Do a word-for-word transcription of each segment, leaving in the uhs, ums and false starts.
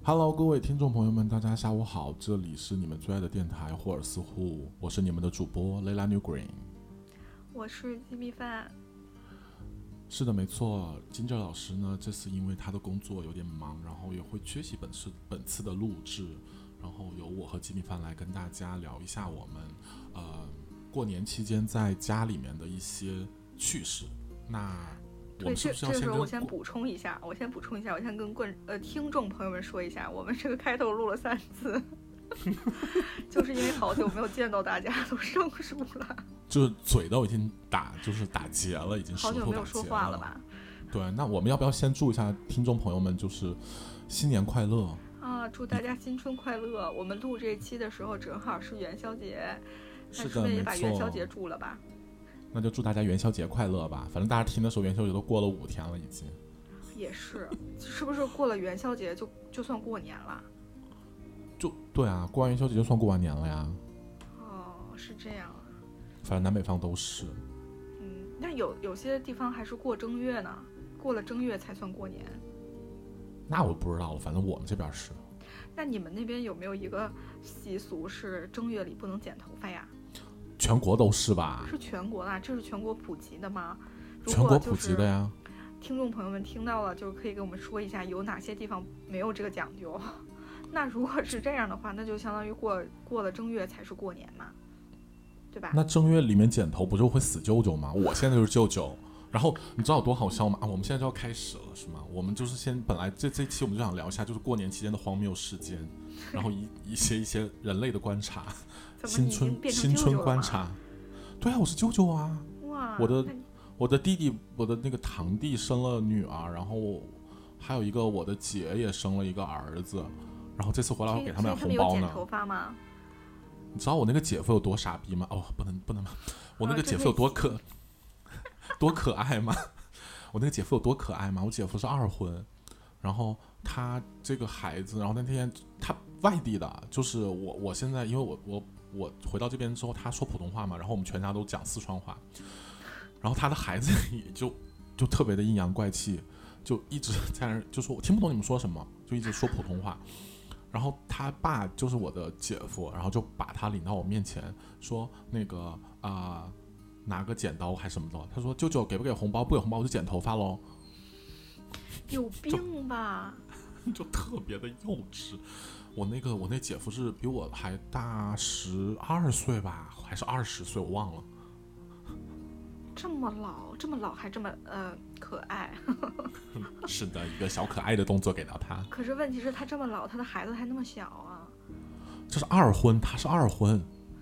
Hello，各位听众朋友们，大家下午好，这里是你们最爱的电台霍尔斯户，我是你们的主播 Layla New Green。 我是鸡米饭。 是的，没错，金正老师呢，这次因为他的工作有点忙，然后也会缺席本次本次的录制，然后由我和鸡米饭来跟大家聊一下我们呃过年期间在家里面的一些趣事。那我们是不是要先跟？ 这个时候我先补充一下，我先补充一下，我先跟观呃听众朋友们说一下，我们这个开头录了三次，就是因为好久没有见到大家，都生疏了， 就是嘴都已经打就是打结了，已经舌头打结了。 好久没有说话了吧？ 对，那我们要不要先祝一下听众朋友们，就是新年快乐啊！祝大家新春快乐！我们录这一期的时候正好是元宵节， 是的， 那也把元宵节祝了吧？ 那就祝大家元宵节快乐吧！反正大家听的时候，元宵节都过了五天了，已经。 也是，是不是过了元宵节就就算过年了？ 就对啊，过完元宵节就算过完年了呀。 哦，是这样啊。 反正南北方都是。 嗯，但有有些地方还是过正月呢，过了正月才算过年。 那我不知道了，反正我们这边是。 那你们那边有没有一个习俗是正月里不能剪头发呀？ 全国都是吧？ 是全国的，这是全国普及的吗？ 全国普及的呀。 听众朋友们听到了，就可以跟我们说一下有哪些地方没有这个讲究。那如果是这样的话，那就相当于过过了正月才是过年嘛，对吧？ 那正月里面剪头不就会死舅舅吗？我现在就是舅舅。然后你知道有多好笑吗？啊，我们现在就要开始了，是吗？我们就是先本来这这一期我们就想聊一下，就是过年期间的荒谬事件，然后一一些一些人类的观察，新春新春观察。对啊，我是舅舅啊。 哇， 我的我的弟弟，我的那个堂弟生了女儿，然后还有一个我的姐也生了一个儿子，然后这次回来我给他们俩红包呢。 他们有剪头发吗？ 你知道我那个姐夫有多傻逼吗？哦，不能不能，我那个姐夫有多可。多可爱吗？我那个姐夫有多可爱吗？我姐夫是二婚，然后他这个孩子，然后那天他外地的，就是我我现在因为我我我回到这边之后，他说普通话嘛，然后我们全家都讲四川话，然后他的孩子也就就特别的阴阳怪气，就一直在那就说我听不懂你们说什么，就一直说普通话。然后他爸就是我的姐夫，然后就把他领到我面前说那个啊。呃拿个剪刀还什么的，他说舅舅给不给红包，不给红包我就剪头发咯。 有病吧？ 就, 就特别的幼稚。我那个我那姐夫是比我还大十二岁吧，还是二十岁，我忘了。 这么老，这么老还这么呃可爱。 是的，一个小可爱的动作给到他。 可是问题是，他这么老，他的孩子还那么小啊。 这是二婚，他是二婚。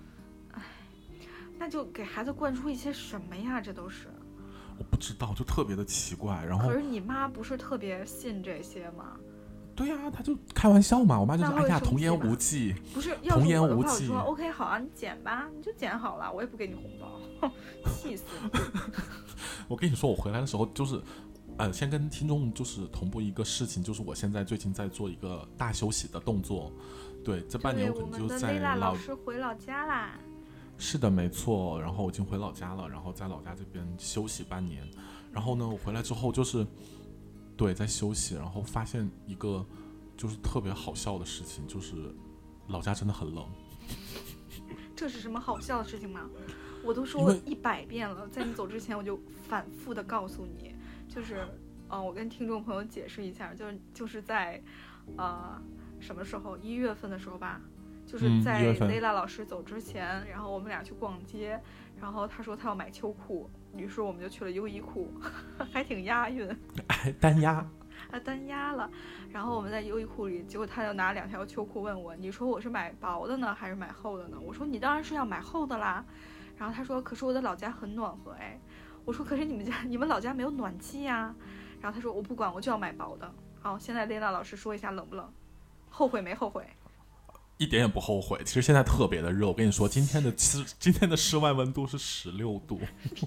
那就给孩子灌输一些什么呀？这都是我不知道，就特别的奇怪。然后可是你妈不是特别信这些吗？ 对呀、啊，她就开玩笑嘛。我妈就说：“哎呀，童言无忌。” 不是， 童言无忌。 说 OK 好啊，你剪吧，你就剪好了，我也不给你红包，气死你！ 我跟你说，我回来的时候就是，呃，先跟听众就是同步一个事情，就是我现在最近在做一个大休息的动作。对，这半年我可能就在老老师回老家啦。 是的，没错。然后我已经回老家了，然后在老家这边休息半年。然后呢，我回来之后就是，对，在休息，然后发现一个就是特别好笑的事情，就是老家真的很冷。 这是什么好笑的事情吗？我都说一百遍了，在你走之前我就反复的告诉你，就是，呃，我跟听众朋友解释一下，就是就是在，呃，什么时候？一月份的时候吧。就是在雷拉老师走之前、嗯、然后我们俩去逛街，然后他说他要买秋裤，于是我们就去了优衣库，还挺押韵， 单押啊单押了。然后我们在优衣库里，结果他就拿两条秋裤问我，你说我是买薄的呢还是买厚的呢？我说你当然是要买厚的啦。然后他说可是我的老家很暖和哎。我说可是你们家你们老家没有暖气呀。然后他说我不管，我就要买薄的。好，现在雷拉老师说一下冷不冷，后悔没后悔？ 一点也不后悔。其实现在特别的热，我跟你说，今天的今天的室外温度是十六度，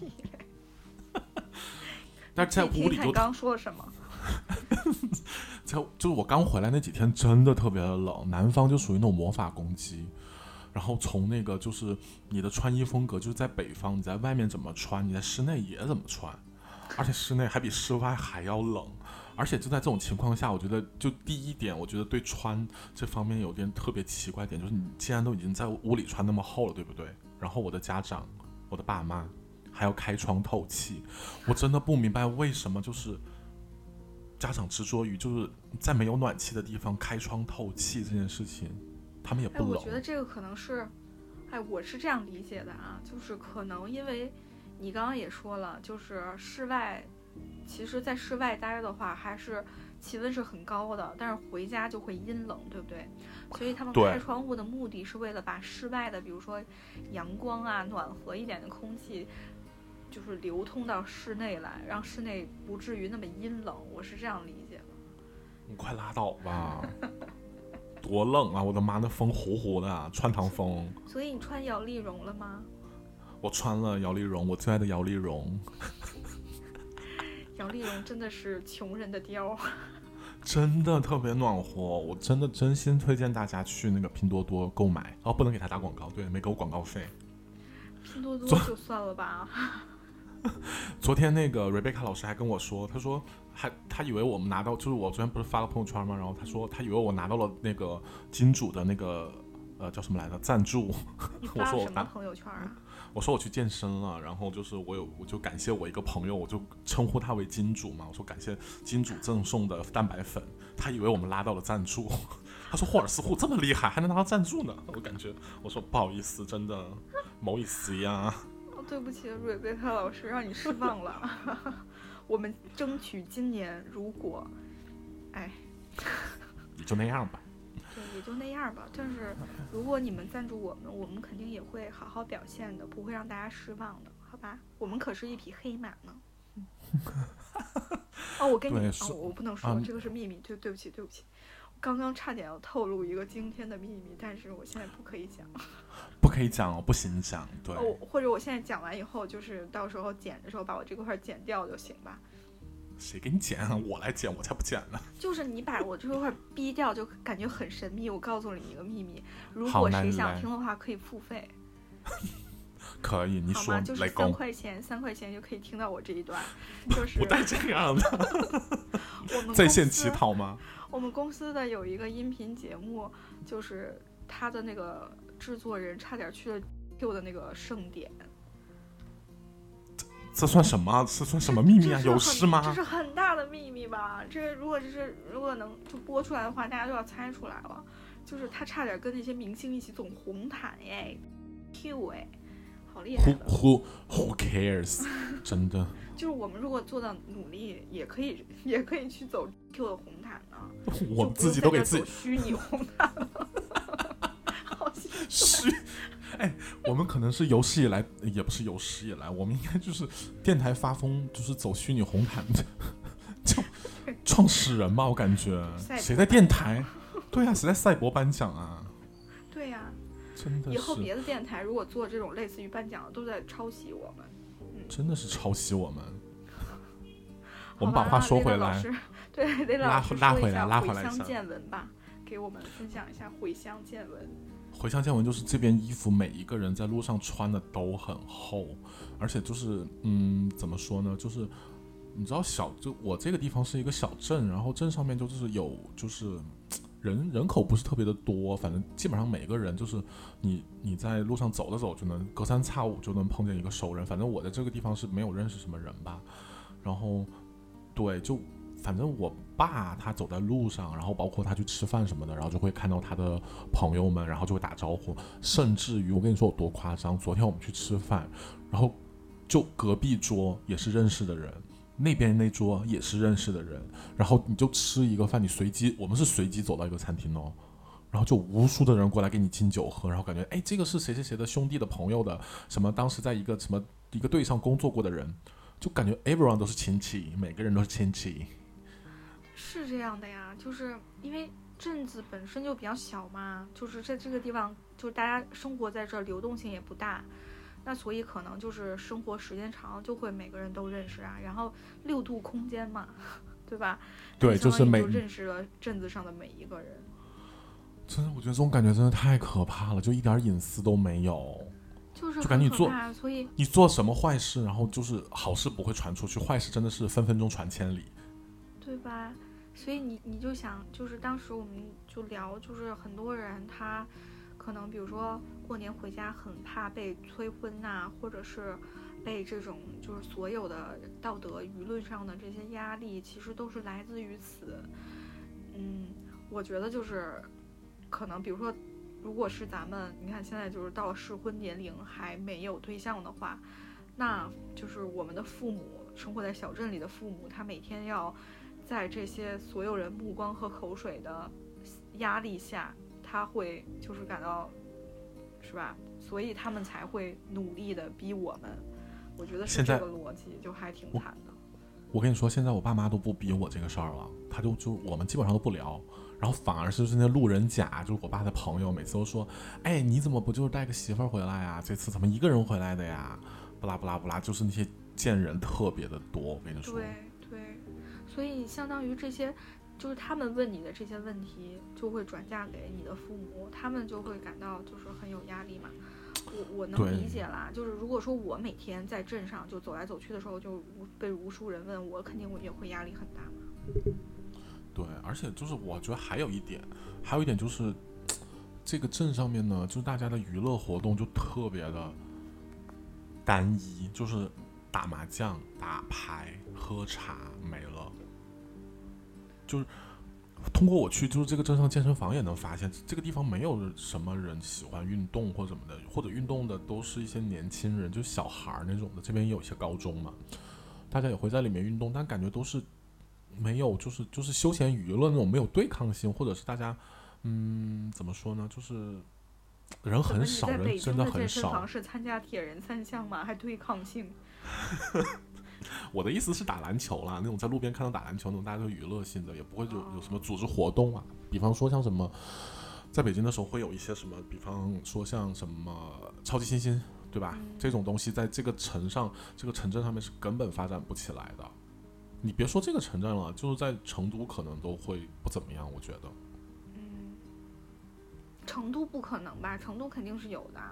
但是在屋里就你刚刚说了什么？ 在就是我刚回来那几天真的特别的冷，南方就属于那种魔法攻击。然后从那个就是你的穿衣风格，就是在北方你在外面怎么穿，你在室内也怎么穿，而且室内还比室外还要冷。 而且就在这种情况下，我觉得就第一点，我觉得对穿这方面有点特别奇怪点，就是你既然都已经在屋里穿那么厚了，对不对？然后我的家长，我的爸妈还要开窗透气，我真的不明白为什么就是家长执着于就是在没有暖气的地方开窗透气这件事情，他们也不冷。 哎，我觉得这个可能是，哎，我是这样理解的啊，就是可能因为你刚刚也说了，就是室外。其实在室外待的话还是气温是很高的，但是回家就会阴冷，对不对？所以他们开窗户的目的是为了把室外的比如说阳光啊暖和一点的空气就是流通到室内来，让室内不至于那么阴冷，我是这样理解的。 你快拉倒吧多冷啊，我的妈，那风呼呼的、啊、穿堂风。 所以你穿摇粒绒了吗？ 我穿了摇粒绒，我最爱的摇粒绒摇粒绒真的是穷人的貂真的特别暖和，我真的真心推荐大家去那个拼多多购买。哦，不能给他打广告，对，没给我广告费。 拼多多就算了吧昨天那个 Rebecca 老师还跟我说，他说还他以为我们拿到，就是我昨天不是发了朋友圈吗？然后他说他以为我拿到了那个金主的那个呃叫什么来着赞助。 你发了什么朋友圈啊？ 我说我去健身了，然后就是我有我就感谢我一个朋友，我就称呼他为金主嘛，我说感谢金主赠送的蛋白粉，他以为我们拉到了赞助，他说霍尔斯户这么厉害还能拿到赞助呢，我感觉我说不好意思，真的不好意思呀。 哦，对不起，瑞贝卡老师让你失望了我们争取今年如果，哎， 也就那样吧。 对，也就那样吧。但是如果你们赞助我们，我们肯定也会好好表现的，不会让大家失望的，好吧？我们可是一匹黑马呢。嗯、哦，我跟你哦，我不能说、嗯、这个是秘密，对，对不起，对不起。刚刚差点要透露一个惊天的秘密，但是我现在不可以讲。 不可以讲哦，不行讲，对。 哦，或者我现在讲完以后，就是到时候剪的时候把我这块剪掉就行吧。 谁给你剪啊？我来剪，我才不剪呢。 就是你把我这块逼掉，就感觉很神秘。我告诉你一个秘密，如果谁想听的话，可以付费。 可以，你说， 就是三块钱，三块钱就可以听到我这一段。就是不带这样的。 我们在线乞讨吗？ 我们公司的有一个音频节目，就是他的那个制作人差点去了 Q 的那个盛典。 这算什么？这算什么秘密啊？有事吗？ 这是很大的秘密吧？这个如果这是如果能就播出来的话，大家都要猜出来了。就是他差点跟那些明星一起走红毯耶 ，Q 哎，好厉害的。 Who Who cares？ 真的。 就是我们如果做到努力，也可以也可以去走 Q 的红毯呢。 我自己都给自己虚拟红毯了。好虚。哎，我们可能是有史以来，也不是有史以来，我们应该就是电台发疯，就是走虚拟红毯的，就创始人吧，我感觉。谁在电台？对啊，谁在赛博颁奖啊？ 对呀、啊， 真的是。 以后别的电台如果做这种类似于颁奖的，都在抄袭我们。嗯， 真的是抄袭我们。我们把话说回来， 对，雷拉拉回来，拉回来一下。 回乡见闻吧，给我们分享一下回乡见闻。 回乡见闻就是这边衣服每一个人在路上穿的都很厚，而且就是嗯怎么说呢，就是你知道小就我这个地方是一个小镇，然后镇上面就是有就是人人口不是特别的多，反正基本上每个人就是你你在路上走着走就能隔三差五就能碰见一个熟人，反正我在这个地方是没有认识什么人吧，然后对就。反正我爸他走在路上，然后包括他去吃饭什么的，然后就会看到他的朋友们，然后就会打招呼，甚至于我跟你说有多夸张，昨天我们去吃饭，然后就隔壁桌也是认识的人，那边那桌也是认识的人，然后你就吃一个饭，你随机我们是随机走到一个餐厅哦，然后就无数的人过来给你敬酒喝，然后感觉哎这个是谁谁谁的兄弟的朋友的，什么当时在一个什么一个队上工作过的人，就感觉 everyone 都是亲戚，每个人都是亲戚。 是这样的呀，就是因为镇子本身就比较小嘛，就是在这个地方，就是大家生活在这儿，流动性也不大，那所以可能就是生活时间长，就会每个人都认识啊，然后六度空间嘛，对吧？ 对，就是每就认识了镇子上的每一个人。 真的，我觉得这种感觉真的太可怕了，就一点隐私都没有。 就是就感觉你做， 所以你做什么坏事，然后就是好事不会传出去，坏事真的是分分钟传千里。 对吧？所以你你就想，就是当时我们就聊，就是很多人他可能比如说过年回家很怕被催婚呐、啊，或者是被这种就是所有的道德舆论上的这些压力，其实都是来自于此。嗯，我觉得就是可能比如说，如果是咱们你看现在就是到了适婚年龄还没有对象的话，那就是我们的父母生活在小镇里的父母，他每天要在这些所有人目光和口水的压力下，他会就是感到是吧，所以他们才会努力的逼我们。我觉得是这个逻辑，就还挺惨的。 我, 我跟你说，现在我爸妈都不逼我这个事儿了，他就就我们基本上都不聊，然后反而是那路人甲，就是我爸的朋友，每次都说，哎，你怎么不就是带个媳妇儿回来呀？这次怎么一个人回来的呀？不拉不拉不拉，就是那些贱人特别的多，我跟你说。 对对，所以相当于这些，就是他们问你的这些问题，就会转嫁给你的父母，他们就会感到就是很有压力嘛。我我能理解啦，就是如果说我每天在镇上就走来走去的时候，就被无数人问，我肯定也会压力很大嘛。 对，而且就是我觉得还有一点，还有一点就是这个镇上面呢，就是大家的娱乐活动就特别的单一，就是打麻将、打牌、喝茶没了。就是通过我去就是这个镇上健身房也能发现，这个地方没有什么人喜欢运动或什么的，或者运动的都是一些年轻人，就小孩那种的。这边也有一些高中嘛，大家也会在里面运动，但感觉都是没有就是就是休闲娱乐那种，没有对抗性，或者是大家嗯怎么说呢，就是人很少，人真的很少。 健身房是参加铁人三项吗？还对抗性？ 我的意思是打篮球啦，那种在路边看到打篮球那种，大家都娱乐性的，也不会有有什么组织活动啊。比方说像什么，在北京的时候会有一些什么，比方说像什么超级星星，对吧？嗯、这种东西在这个城上、这个城镇上面是根本发展不起来的。你别说这个城镇了，就是在成都可能都会不怎么样，我觉得。 嗯，成都不可能吧？成都肯定是有的。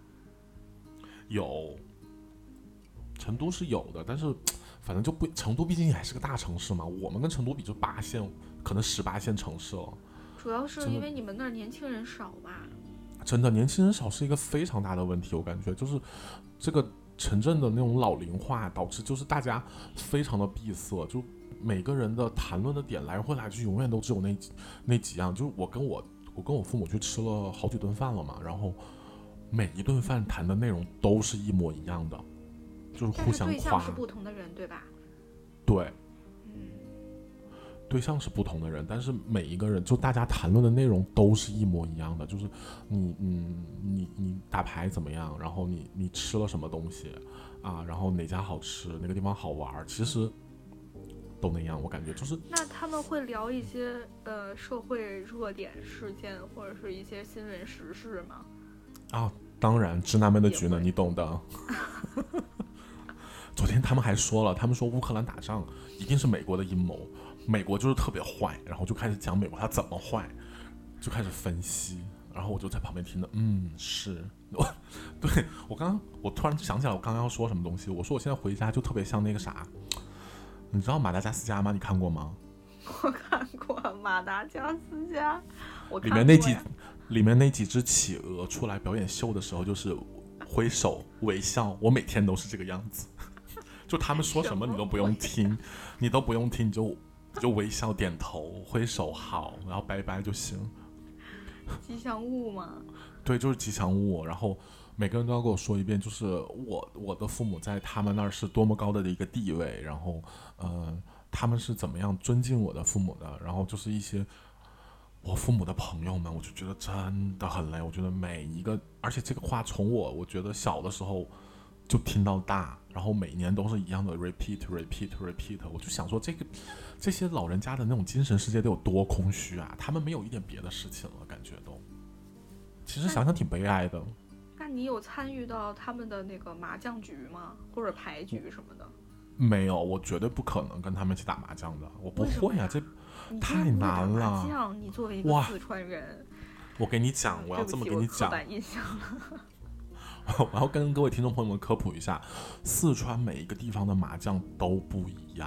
有。成都是有的，但是反正就不，成都毕竟也还是个大城市嘛，我们跟成都比就八线，可能十八线城市了。 主要是因为你们那儿年轻人少吧？ 真的，年轻人少是一个非常大的问题，我感觉就是这个城镇的那种老龄化，导致就是大家非常的闭塞，就每个人的谈论的点来回来去永远都只有那几那几样。就是我跟我我跟我父母去吃了好几顿饭了嘛，然后每一顿饭谈的内容都是一模一样的。就是互相夸， 对象是不同的人，对吧？ 对， 嗯， 对象是不同的人，但是每一个人就大家谈论的内容都是一模一样的，就是你嗯你你打牌怎么样，然后你你吃了什么东西啊，然后哪家好吃，哪个地方好玩，其实都那样，我感觉就是。 那他们会聊一些呃社会热点事件或者是一些新闻时事吗？ 啊，当然，直男们的局呢，你懂的。昨天他们还说了，他们说乌克兰打仗一定是美国的阴谋，美国就是特别坏，然后就开始讲美国他怎么坏，就开始分析，然后我就在旁边听着，嗯，是，我对我刚刚我突然就想起来，我刚刚要说什么东西，我说我现在回家就特别像那个啥，你知道马达加斯加吗？你看过吗？ 我看过马达加斯加，我看过里面那几里面那几只企鹅出来表演秀的时候，就是挥手微笑，我每天都是这个样子。就他们说什么你都不用听，你都不用听，你就就微笑点头挥手好，然后拜拜就行。 吉祥物吗？ 对，就是吉祥物。然后每个人都要跟我说一遍，就是我我的父母在他们那儿是多么高的一个地位，然后呃他们是怎么样尊敬我的父母的，然后就是一些我父母的朋友们，我就觉得真的很累。我觉得每一个，而且这个话从我我觉得小的时候就听到大，然后每年都是一样的 repeat repeat repeat， 我就想说这个这些老人家的那种精神世界得有多空虚啊，他们没有一点别的事情了，感觉都其实想想挺悲哀的。 那你有参与到他们的那个麻将局吗？或者牌局什么的？ 没有，我绝对不可能跟他们一起打麻将的，我不会啊，这太难了。 麻将，你作为一个四川人， 我给你讲，我要这么给你讲。 刻板印象我要跟各位听众朋友们科普一下，四川每一个地方的麻将都不一样，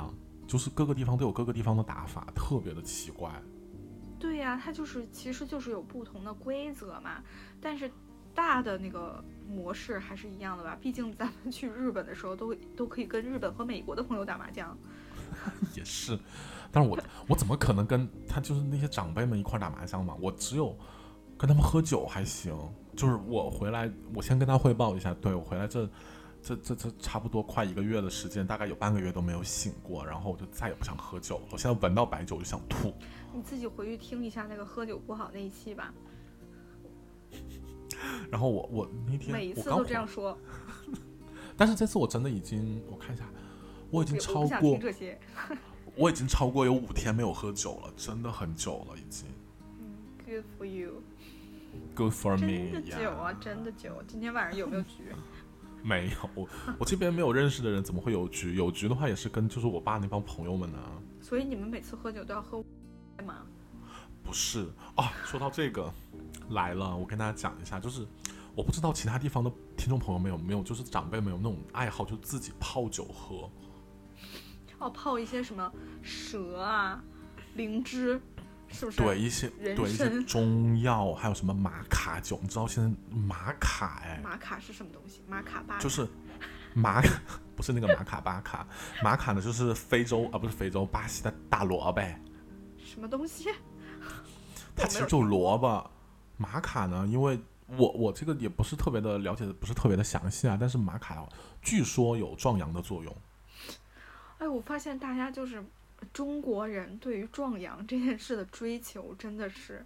就是各个地方都有各个地方的打法，特别的奇怪。 对呀、啊，它就是其实就是有不同的规则嘛，但是大的那个模式还是一样的吧？毕竟咱们去日本的时候都都可以跟日本和美国的朋友打麻将。 也是，但是我我怎么可能跟他就是那些长辈们一块打麻将嘛？我只有跟他们喝酒还行。就是我回来，我先跟他汇报一下，对我回来这这这这差不多快一个月的时间，大概有半个月都没有醒过，然后我就再也不想喝酒了。我现在闻到白酒就想吐。 你自己回去听一下那个喝酒不好那一期吧。 然后我我那天每一次都这样说， 但是这次我真的已经，我看一下，我已经超过， 我, 这些我已经超过有五天没有喝酒了，真的很久了已经。 嗯 ，Good for you。 Good for me。 真的酒啊，真的酒。今天晚上有没有局？ 没有，我我这边没有认识的人，怎么会有局？有局的话也是跟就是我爸那帮朋友们呢、啊。 所以你们每次喝酒都要喝吗？ 不是啊，说到这个来了，我跟大家讲一下，就是我不知道其他地方的听众朋友们有没有，就是长辈们有那种爱好，就自己泡酒喝。 哦，泡一些什么蛇啊、灵芝。是不是对一些对一些中药，还有什么玛卡酒？你知道现在玛卡哎？ 玛卡是什么东西？玛卡巴卡就是玛卡，不是那个玛卡巴卡，玛卡呢就是非洲啊，不是非洲，巴西的大萝卜。 什么东西？ 它其实就是萝卜。玛卡呢，因为我我这个也不是特别的了解的，不是特别的详细啊，但是玛卡据说有壮阳的作用。 哎，我发现大家就是。中国人对于壮阳这件事的追求真的是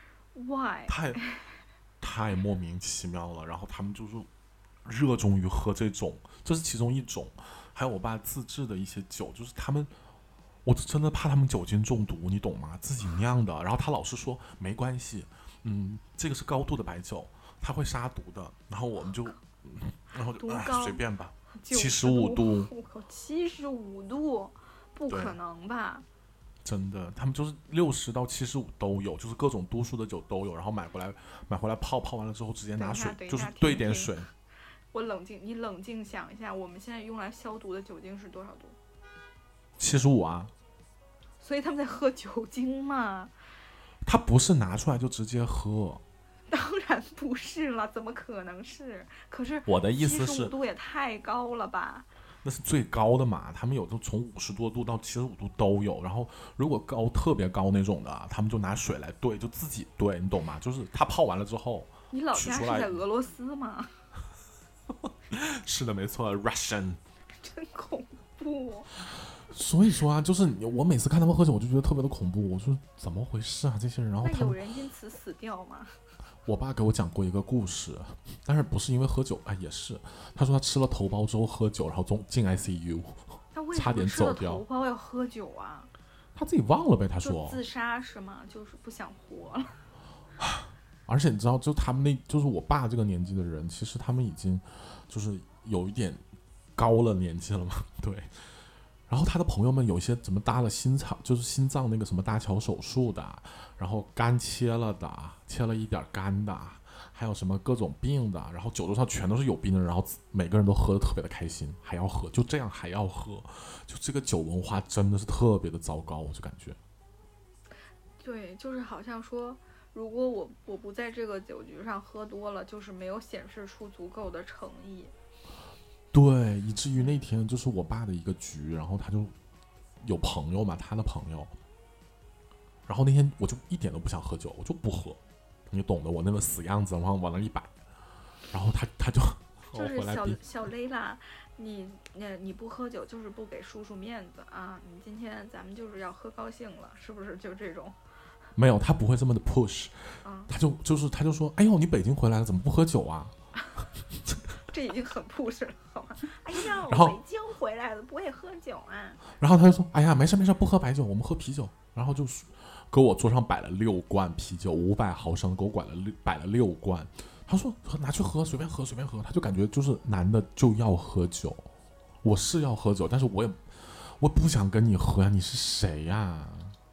why 太太莫名其妙了。然后他们就是热衷于喝这种，这是其中一种。还有我爸自制的一些酒，就是他们，我真的怕他们酒精中毒，你懂吗？自己酿的。然后他老是说没关系，嗯，这个是高度的白酒，它会杀毒的。然后我们就，然后就哎随便吧，七十五度， 我靠，七十五度。不可能吧？ 真的，他们就是六十到七十五都有，就是各种度数的酒都有，然后买回来买回来泡，泡完了之后直接拿水，就是兑点水。 我冷静，你冷静想一下，我们现在用来消毒的酒精是多少度？ 七十五啊。 所以他们在喝酒精嘛？ 他不是拿出来就直接喝。 当然不是了，怎么可能是？可是我的意思是， 七十五度也太高了吧？ 那是最高的嘛，他们有的从五十多度到七十五度都有，然后如果高特别高那种的，他们就拿水来兑，就自己兑，你懂吗？就是他泡完了之后， 你老家是在俄罗斯吗？ 是的，没错 ，Russian。 真恐怖。 所以说啊，就是我每次看他们喝酒，我就觉得特别的恐怖。我说怎么回事啊，这些人？然后他们那有人因此死掉吗？ 我爸给我讲过一个故事，但是不是因为喝酒啊，也是他说他吃了头孢之后喝酒，然后中进 I C U， 差点走掉。 头孢要喝酒啊？ 他自己忘了呗，他说自杀是吗？就是不想活了。 而且你知道，就他们那，就是我爸这个年纪的人，其实他们已经就是有一点高了年纪了嘛，对。然后他的朋友们有一些怎么搭了心脏，就是心脏那个什么搭桥手术的，然后肝切了的，切了一点肝的，还有什么各种病的，然后酒桌上全都是有病的人，然后每个人都喝得特别的开心，还要喝，就这样还要喝，就这个酒文化真的是特别的糟糕，我就感觉。 对，就是好像说，如果我我不在这个酒局上喝多了，就是没有显示出足够的诚意。 对，以至于那天就是我爸的一个局，然后他就有朋友嘛，他的朋友，然后那天我就一点都不想喝酒，我就不喝，你懂得我那个死样子，然后往那一摆，然后他他就就是小小雷拉，你你你不喝酒就是不给叔叔面子啊！你今天咱们就是要喝高兴了，是不是？就这种。 没有，他不会这么的 push，、 嗯、 他就就是他就说，哎呦，你北京回来了，怎么不喝酒啊？ 这已经很 push 了，好吗？哎呀， 我北京回来了，不会喝酒啊。 然后他就说，哎呀，没事没事，不喝白酒，我们喝啤酒。然后就给我桌上摆了六罐啤酒，五百毫升，给我摆了六摆了六罐。他说拿去喝，随便喝随便喝。他就感觉就是男的就要喝酒，我是要喝酒，但是我也我不想跟你喝呀，你是谁呀？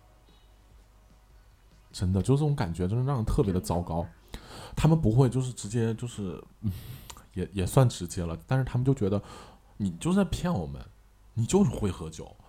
真的就这种感觉，真的让人特别的糟糕。他们不会就是直接就是，嗯、也也算直接了，但是他们就觉得你就是在骗我们，你就是会喝酒，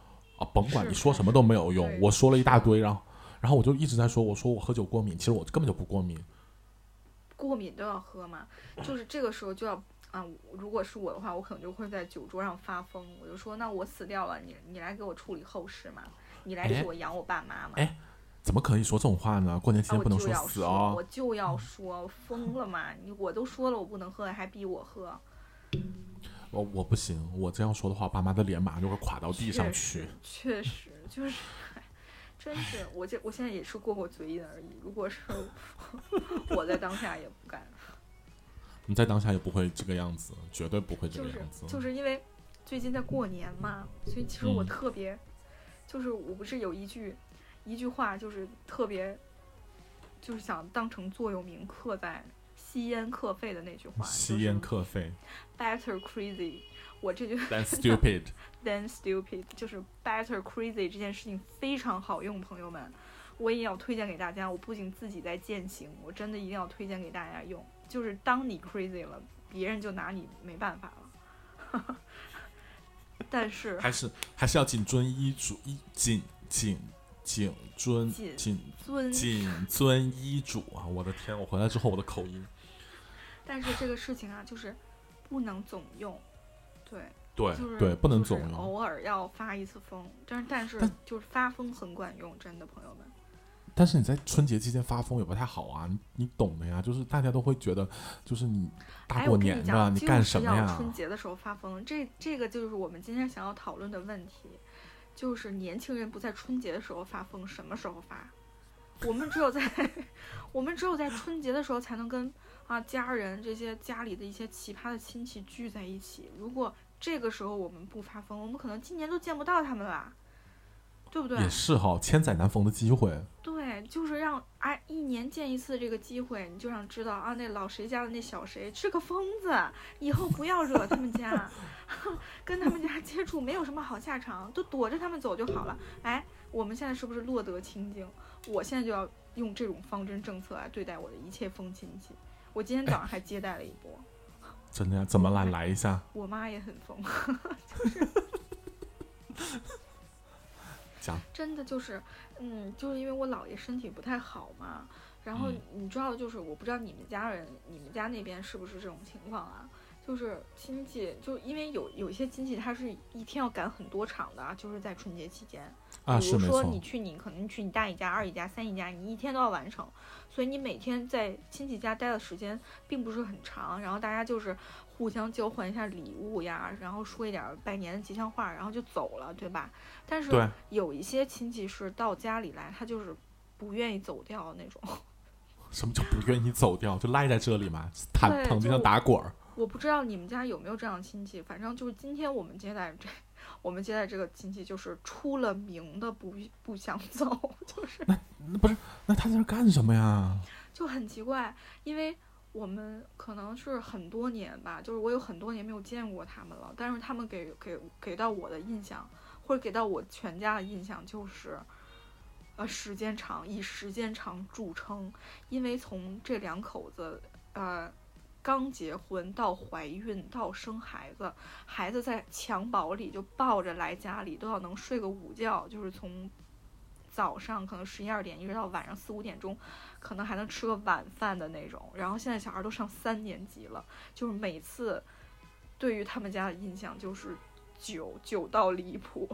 啊，甭管你说什么都没有用，我说了一大堆，然后然后我就一直在说，我说我喝酒过敏，其实我根本就不过敏。 过敏都要喝嘛，就是这个时候就要啊，如果是我的话，我可能就会在酒桌上发疯，我就说那我死掉了，你你来给我处理后事嘛，你来替我养我爸妈嘛。 哎，怎么可以说这种话呢？过年期间不能说死哦。我就要说，疯了嘛！你我都说了我不能喝，还逼我喝。 我我不行，我这样说的话，爸妈的脸马上就会垮到地上去。 确实，就是，真是我这我现在也是过过嘴瘾而已。如果是我在当下也不敢。 你在当下也不会这个样子，绝对不会这个样子。 就是、就是因为最近在过年嘛，所以其实我特别，嗯、就是我不是有一句一句话，就是特别，就是想当成座右铭刻在吸烟课费的那句话。 吸烟课费。 Better crazy， 我这句。 Than stupid。 Than stupid， 就是 better crazy 这件事情非常好用，朋友们，我也要推荐给大家。我不仅自己在践行，我真的一定要推荐给大家用。就是当你 crazy 了，别人就拿你没办法了。但是还是还是要谨遵医嘱，谨谨谨遵谨遵谨遵医嘱啊！我的天，我回来之后我的口音。 但是这个事情啊，就是不能总用，对对、 就是、 对，不能总用， 就是、偶尔要发一次疯，但是但是就是发疯很管用，真的，朋友们。 但是你在春节期间发疯也不太好啊，你你懂的呀，就是大家都会觉得，就是你大过年的， 哎、 你干什么呀？ 就是春节的时候发疯，这这个就是我们今天想要讨论的问题，就是年轻人不在春节的时候发疯，什么时候发？我们只有在我们只有在春节的时候才能跟啊家人这些家里的一些奇葩的亲戚聚在一起。如果这个时候我们不发疯，我们可能今年都见不到他们了。对不对？ 也是哈，千载难逢的机会。 对，就是让哎一年见一次这个机会，你就让知道啊，那老谁家的那小谁是个疯子，以后不要惹他们家，跟他们家接触没有什么好下场，都躲着他们走就好了。哎，我们现在是不是落得清净？我现在就要用这种方针政策来对待我的一切疯亲戚。我今天早上还接待了一波。 哎、真的呀？怎么来来一下？ 我妈也很疯，就是。真的就是，嗯，就是因为我姥爷身体不太好嘛，然后你知道，就是我不知道你们家人，你们家那边是不是这种情况啊？就是亲戚，就因为有有一些亲戚他是一天要赶很多场的啊，就是在春节期间， 啊， 比如说你去你可能去你大姨家、二姨家、三姨家，你一天都要完成，所以你每天在亲戚家待的时间并不是很长，然后大家就是互相交换一下礼物呀，然后说一点拜年的吉祥话，然后就走了，对吧？但是有一些亲戚是到家里来，他就是不愿意走掉那种。 什么叫不愿意走掉？就赖在这里嘛，躺躺地上打滚儿。 我不知道你们家有没有这样的亲戚，反正就是今天我们接待这，我们接待这个亲戚就是出了名的不不想走，就是那那不是那他在这干什么呀？ 就很奇怪，因为我们可能是很多年吧，就是我有很多年没有见过他们了，但是他们给给给到我的印象，或者给到我全家的印象就是，呃，时间长，以时间长著称，因为从这两口子，呃。刚结婚到怀孕到生孩子，孩子在襁褓里就抱着来家里，都要能睡个午觉，就是从早上可能十一二点一直到晚上四五点钟，可能还能吃个晚饭的那种。然后现在小孩都上三年级了，就是每次对于他们家的印象就是久久到离谱。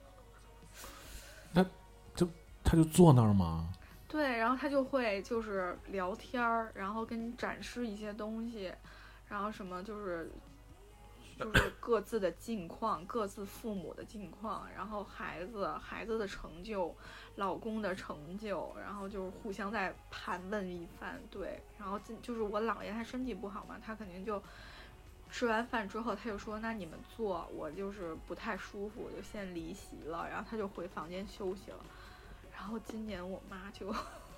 那就他就坐那儿吗？ 对，然后他就会就是聊天儿，然后跟你展示一些东西，然后什么就是就是各自的近况，各自父母的近况，然后孩子孩子的成就，老公的成就，然后就是互相在盘问一番。对，然后就是我姥爷他身体不好嘛，他肯定就吃完饭之后他就说那你们坐，我就是不太舒服，我就先离席了，然后他就回房间休息了。然后今年我妈就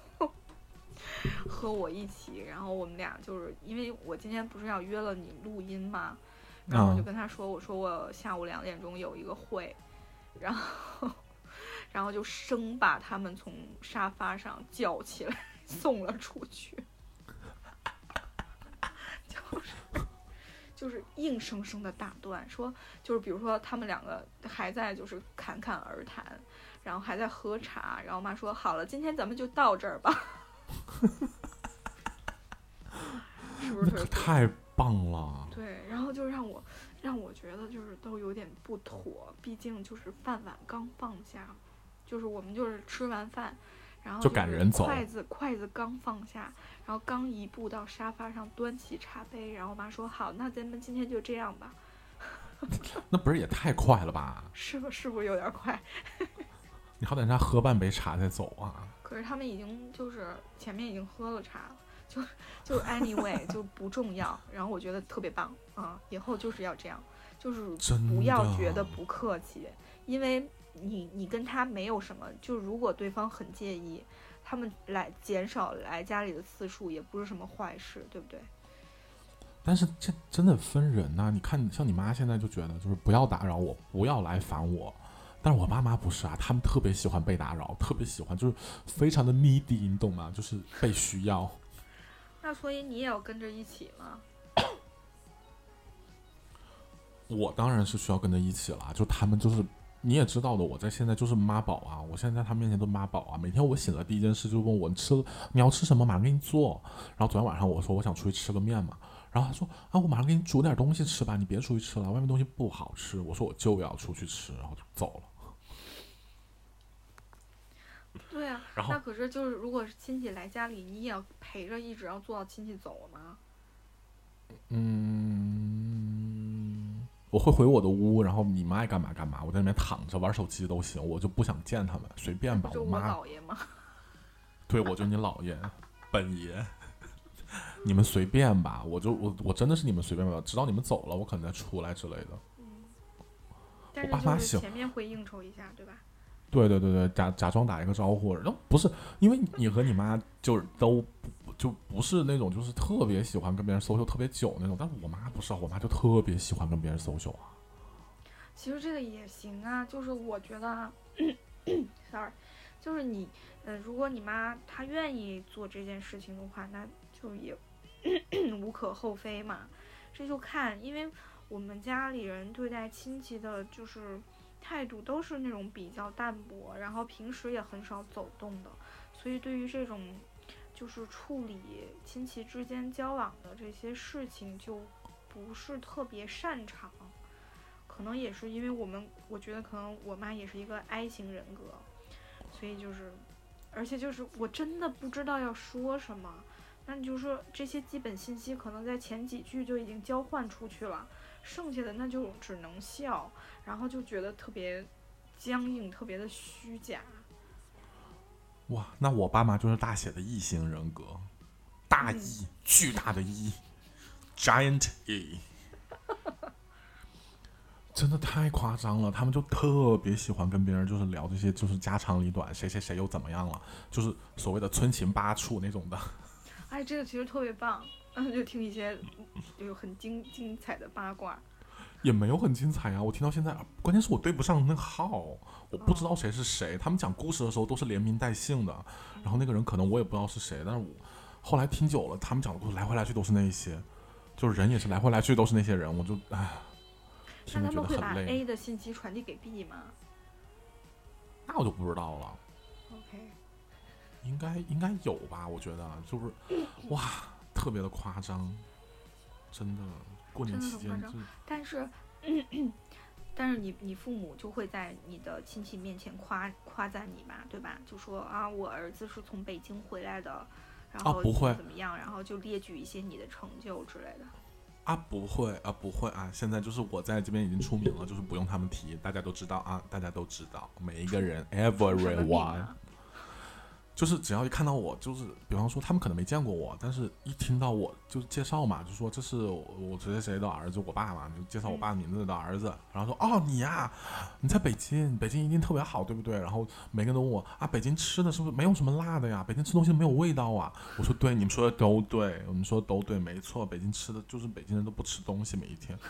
和我一起，然后我们俩就是因为我今天不是要约了你录音嘛，然后我就跟他说，我说我下午两点钟有一个会，然后然后就生把他们从沙发上叫起来送了出去，就是就是硬生生的打断，说就是比如说他们两个还在就是侃侃而谈，然后还在喝茶，然后我妈说好了，今天咱们就到这儿吧。是不是那太棒了？ 对，然后就让我让我觉得就是都有点不妥，毕竟就是饭碗刚放下，就是我们就是吃完饭，然后就赶人走， 筷子筷子刚放下，然后刚一步到沙发上端起茶杯，然后我妈说好，那咱们今天就这样吧。 那不是也太快了吧？ 是不是不是有点快？ 你好歹让他喝半杯茶再走啊！ 可是他们已经就是前面已经喝了茶了，就就 anyway 就不重要。然后我觉得特别棒啊、嗯，以后就是要这样，就是不要觉得不客气，因为你你跟他没有什么，就如果对方很介意，他们来减少来家里的次数也不是什么坏事，对不对？ 但是这真的分人呐、啊！你看，像你妈现在就觉得就是不要打扰我，不要来烦我。但是我爸妈不是啊，他们特别喜欢被打扰，特别喜欢，就是非常的 needy， 你懂吗？就是被需要。 那所以你也要跟着一起吗？ 我当然是需要跟着一起了，就他们就是你也知道的，我在现在就是妈宝啊，我现在在他面前都妈宝啊，每天我醒了第一件事就问我你吃你要吃什么，马上给你做。然后昨天晚上我说我想出去吃个面嘛，然后他说啊我马上给你煮点东西吃吧，你别出去吃了，外面东西不好吃。我说我就要出去吃，然后就走了。 对啊，那可是就是如果是亲戚来家里，你也要陪着一直要做到亲戚走了吗？ 嗯，我会回我的屋，然后你妈爱干嘛干嘛，我在那边躺着玩手机都行，我就不想见他们，随便吧。 就我妈， 姥爷吗？ 对，我就你姥爷，本爷，你们随便吧，我就我我真的是你们随便吧，直到你们走了，我可能再出来之类的。 嗯，但是就是前面会应酬一下，对吧？ 对对对对，假假装打一个招呼，然后不是因为你和你妈就是都不就不是那种就是特别喜欢跟别人 social 特别久那种，但是我妈不是，我妈就特别喜欢跟别人 social 啊。 其实这个也行啊，就是我觉得，sorry， 就是你，呃，如果你妈她愿意做这件事情的话，那就也无可厚非嘛。这就看，因为我们家里人对待亲戚的就是态度都是那种比较淡薄，然后平时也很少走动的，所以对于这种就是处理亲戚之间交往的这些事情就不是特别擅长。可能也是因为我们，我觉得可能我妈也是一个 I 型人格，所以就是，而且就是我真的不知道要说什么，那你就说这些基本信息可能在前几句就已经交换出去了，剩下的那就只能笑，然后就觉得特别僵硬，特别的虚假。 哇，那我爸妈就是大写的 E 型人格，大 E，、嗯、巨大的 E，Giant E。真的太夸张了，他们就特别喜欢跟别人就是聊这些就是家长里短，谁谁谁又怎么样了，就是所谓的村情八处那种的。 哎，这个其实特别棒，嗯，就听一些有很精精彩的八卦。 也没有很精彩啊，我听到现在，关键是我对不上那个号，我不知道谁是谁。哦、他们讲故事的时候都是连名带姓的，然后那个人可能我也不知道是谁，但是我后来听久了，他们讲的故事来回来去都是那一些，就是人也是来回来去都是那些人，我就唉。 那他们会把 A 的信息传递给 B 吗？ 那我就不知道了。 OK， 应该应该有吧？我觉得就是哇，特别的夸张，真的。过年期间， 但是，嗯、但是你你父母就会在你的亲戚面前夸夸赞你吧，对吧？就说啊，我儿子是从北京回来的，然后不会怎么样，然后就列举一些你的成就之类的。 啊，不会啊，不会啊！现在就是我在这边已经出名了，就是不用他们提，大家都知道啊，大家都知道，每一个人 ，everyone， 就是只要一看到我，就是比方说他们可能没见过我，但是一听到我就介绍嘛，就说这是我谁谁谁的儿子，我爸嘛，就介绍我爸名字的儿子，然后说哦你呀、啊，你在北京，北京一定特别好，对不对？然后每个人都问我啊，北京吃的是不是没有什么辣的呀？北京吃东西没有味道啊？我说对，你们说的都对，我们说的都对，没错，北京吃的就是北京人都不吃东西，每一天，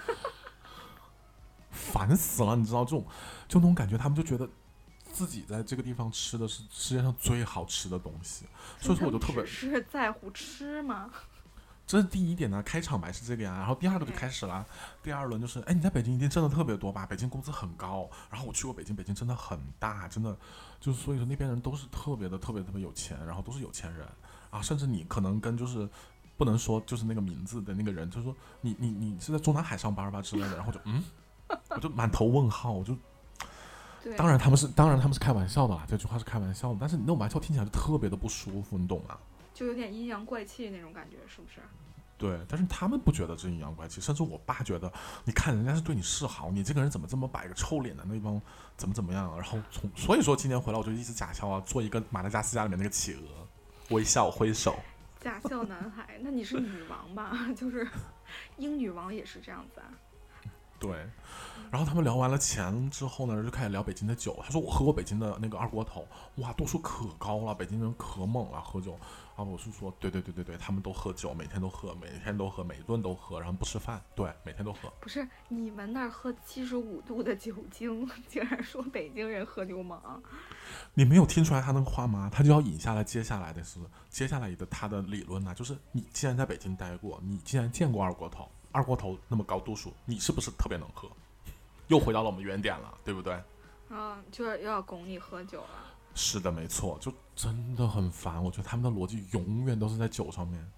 烦死了，你知道这种就那种感觉，他们就觉得。自己在这个地方吃的是世界上最好吃的东西，所以说我就特别是在乎吃吗？ 这是第一点呢，开场白是这个呀，然后第二个就开始了，第二轮就是，哎，你在北京一定挣的特别多吧？北京工资很高，然后我去过北京，北京真的很大，真的，就是所以说那边人都是特别的特别特别有钱，然后都是有钱人啊，甚至你可能跟就是不能说就是那个名字的那个人，就是说你你你是在中南海上班吧之类的，然后就嗯，我就满头问号，我就。当然他们是当然他们是开玩笑的啦，这句话是开玩笑的，但是你那种玩笑听起来就特别的不舒服，你懂吗？ 就有点阴阳怪气那种感觉，是不是？ 对，但是他们不觉得这阴阳怪气，甚至我爸觉得，你看人家是对你示好，你这个人怎么这么摆个臭脸的那帮怎么怎么样？然后从所以说今年回来我就一直假笑啊，做一个马达加斯加里面那个企鹅，微笑挥手。 假笑男孩，那你是女王吧？就是英女王也是这样子啊。 对，然后他们聊完了钱之后呢，就开始聊北京的酒。他说我喝过北京的那个二锅头，哇，度数可高了，北京人可猛了喝酒。然后我是说，对对对对对，他们都喝酒，每天都喝，每天都喝，每一顿都喝，然后不吃饭，对，每天都喝。 不是你们那儿喝七十五度的酒精，竟然说北京人喝流氓？ 你没有听出来他那个话吗？他就要引下来接下来的是接下来的他的理论呢、啊，就是你既然在北京待过，你既然见过二锅头。二锅头那么高度数，你是不是特别能喝？又回到了我们原点了，对不对？ 啊，就是又要拱你喝酒了。 是的，没错，就真的很烦。我觉得他们的逻辑永远都是在酒上面。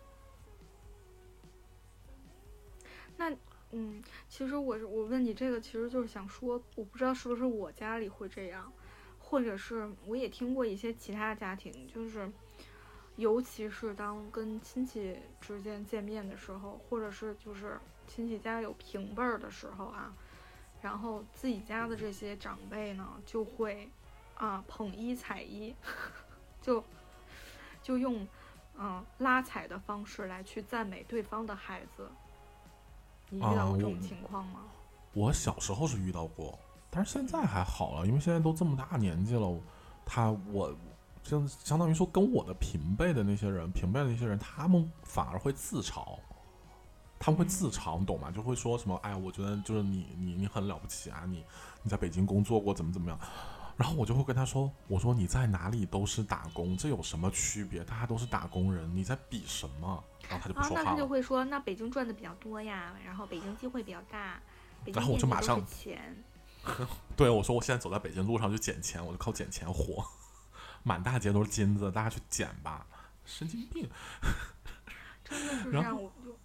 那，嗯，其实我我问你这个，其实就是想说，我不知道是不是我家里会这样，或者是我也听过一些其他家庭，就是。尤其是当跟亲戚之间见面的时候，或者是就是亲戚家有平辈儿的时候啊，然后自己家的这些长辈呢，就会啊捧一踩一，就就用嗯、呃、拉踩的方式来去赞美对方的孩子。你遇到过这种情况吗？ 啊、我, 我小时候是遇到过，但是现在还好了，因为现在都这么大年纪了，他我。就相当于说，跟我的平辈的那些人，平辈的那些人，他们反而会自嘲，他们会自嘲，你懂吗？就会说什么，哎，我觉得就是你，你，你很了不起啊，你，你在北京工作过，怎么怎么样？然后我就会跟他说，我说你在哪里都是打工，这有什么区别？大家都是打工人，你在比什么？然后他就不说话了。 啊，那他就会说，那北京赚的比较多呀，然后北京机会比较大，北京然后我就马上钱。 对，我说我现在走在北京路上就捡钱，我就靠捡钱活。满大街都是金子，大家去捡吧！神经病， 真的是这样，我就。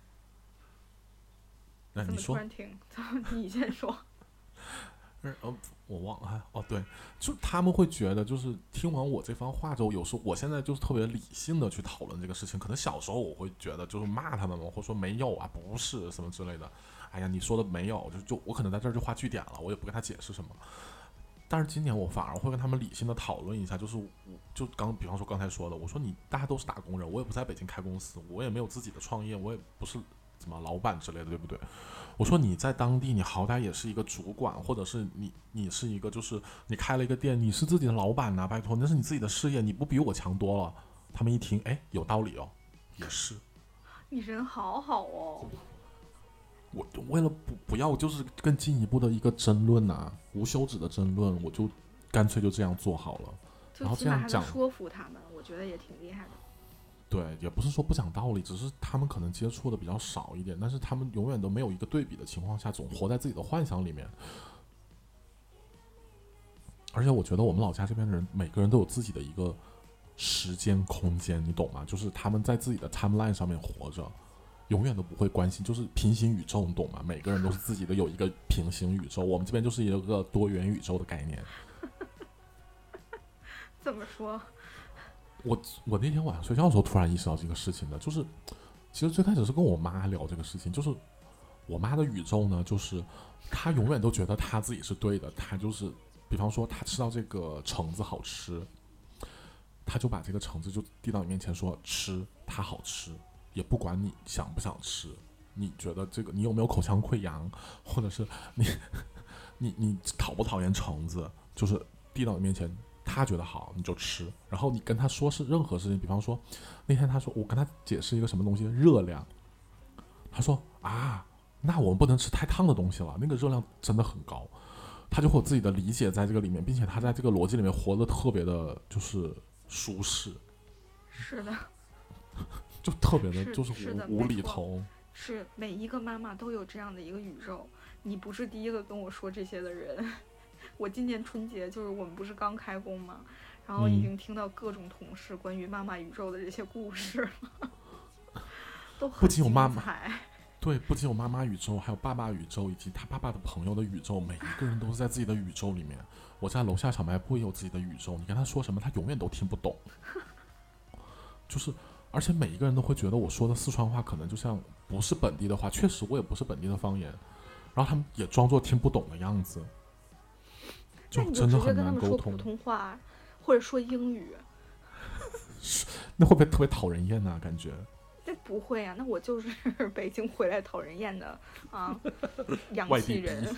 那你说， 你先说。 呃，我忘了哦，对，就他们会觉得，就是听完我这番话之后，有时候我现在就是特别理性的去讨论这个事情。可能小时候我会觉得，就是骂他们嘛，或者说没有啊，不是什么之类的。哎呀，你说的没有，就就我可能在这儿就画句点了，我也不跟他解释什么。但是今年我反而会跟他们理性的讨论一下，就是我就刚比方说刚才说的，我说你大家都是打工人，我也不在北京开公司，我也没有自己的创业，我也不是怎么老板之类的，对不对？我说你在当地，你好歹也是一个主管，或者是你你是一个就是你开了一个店，你是自己的老板呐、啊，拜托，那是你自己的事业，你不比我强多了？他们一听，哎，有道理哦，也是。 你人好好哦。 我为了不不要就是更进一步的一个争论呐、啊，无休止的争论，我就干脆就这样做好了，然后这样讲说服他们，我觉得也挺厉害的。 对，也不是说不讲道理，只是他们可能接触的比较少一点，但是他们永远都没有一个对比的情况下，总活在自己的幻想里面。而且我觉得我们老家这边的人，每个人都有自己的一个时间空间，你懂吗？就是他们在自己的 timeline 上面活着。永远都不会关心，就是平行宇宙，你懂吗？每个人都是自己的有一个平行宇宙，我们这边就是一个多元宇宙的概念。 怎么说？ 我我那天晚上睡觉的时候突然意识到这个事情的，就是其实最开始是跟我妈聊这个事情，就是我妈的宇宙呢，就是她永远都觉得她自己是对的，她就是比方说她吃到这个橙子好吃，她就把这个橙子就递到你面前说吃，它好吃。也不管你想不想吃，你觉得这个你有没有口腔溃疡，或者是你你你讨不讨厌橙子，就是递到你面前，他觉得好你就吃，然后你跟他说是任何事情，比方说那天他说我跟他解释一个什么东西热量，他说啊，那我们不能吃太烫的东西了，那个热量真的很高，他就会有自己的理解在这个里面，并且他在这个逻辑里面活得特别的就是舒适。 是的。 就特别的， 是就是是的无无没错厘头。 是每一个妈妈都有这样的一个宇宙，你不是第一个跟我说这些的人。我今年春节就是我们不是刚开工嘛，然后已经听到各种同事关于妈妈宇宙的这些故事了，都很不仅有妈妈精彩。 对，不仅有妈妈宇宙，还有爸爸宇宙，以及他爸爸的朋友的宇宙，每一个人都是在自己的宇宙里面。我在楼下小卖部也有自己的宇宙，你跟他说什么，他永远都听不懂。就是，而且每一个人都会觉得我说的四川话可能就像不是本地的话，确实我也不是本地的方言，然后他们也装作听不懂的样子， 那你就真的很直接跟他们难沟通。 说普通话，或者说英语。 那会不会特别讨人厌呢、啊？感觉？ 这不会啊，那我就是北京回来讨人厌的啊，洋气人。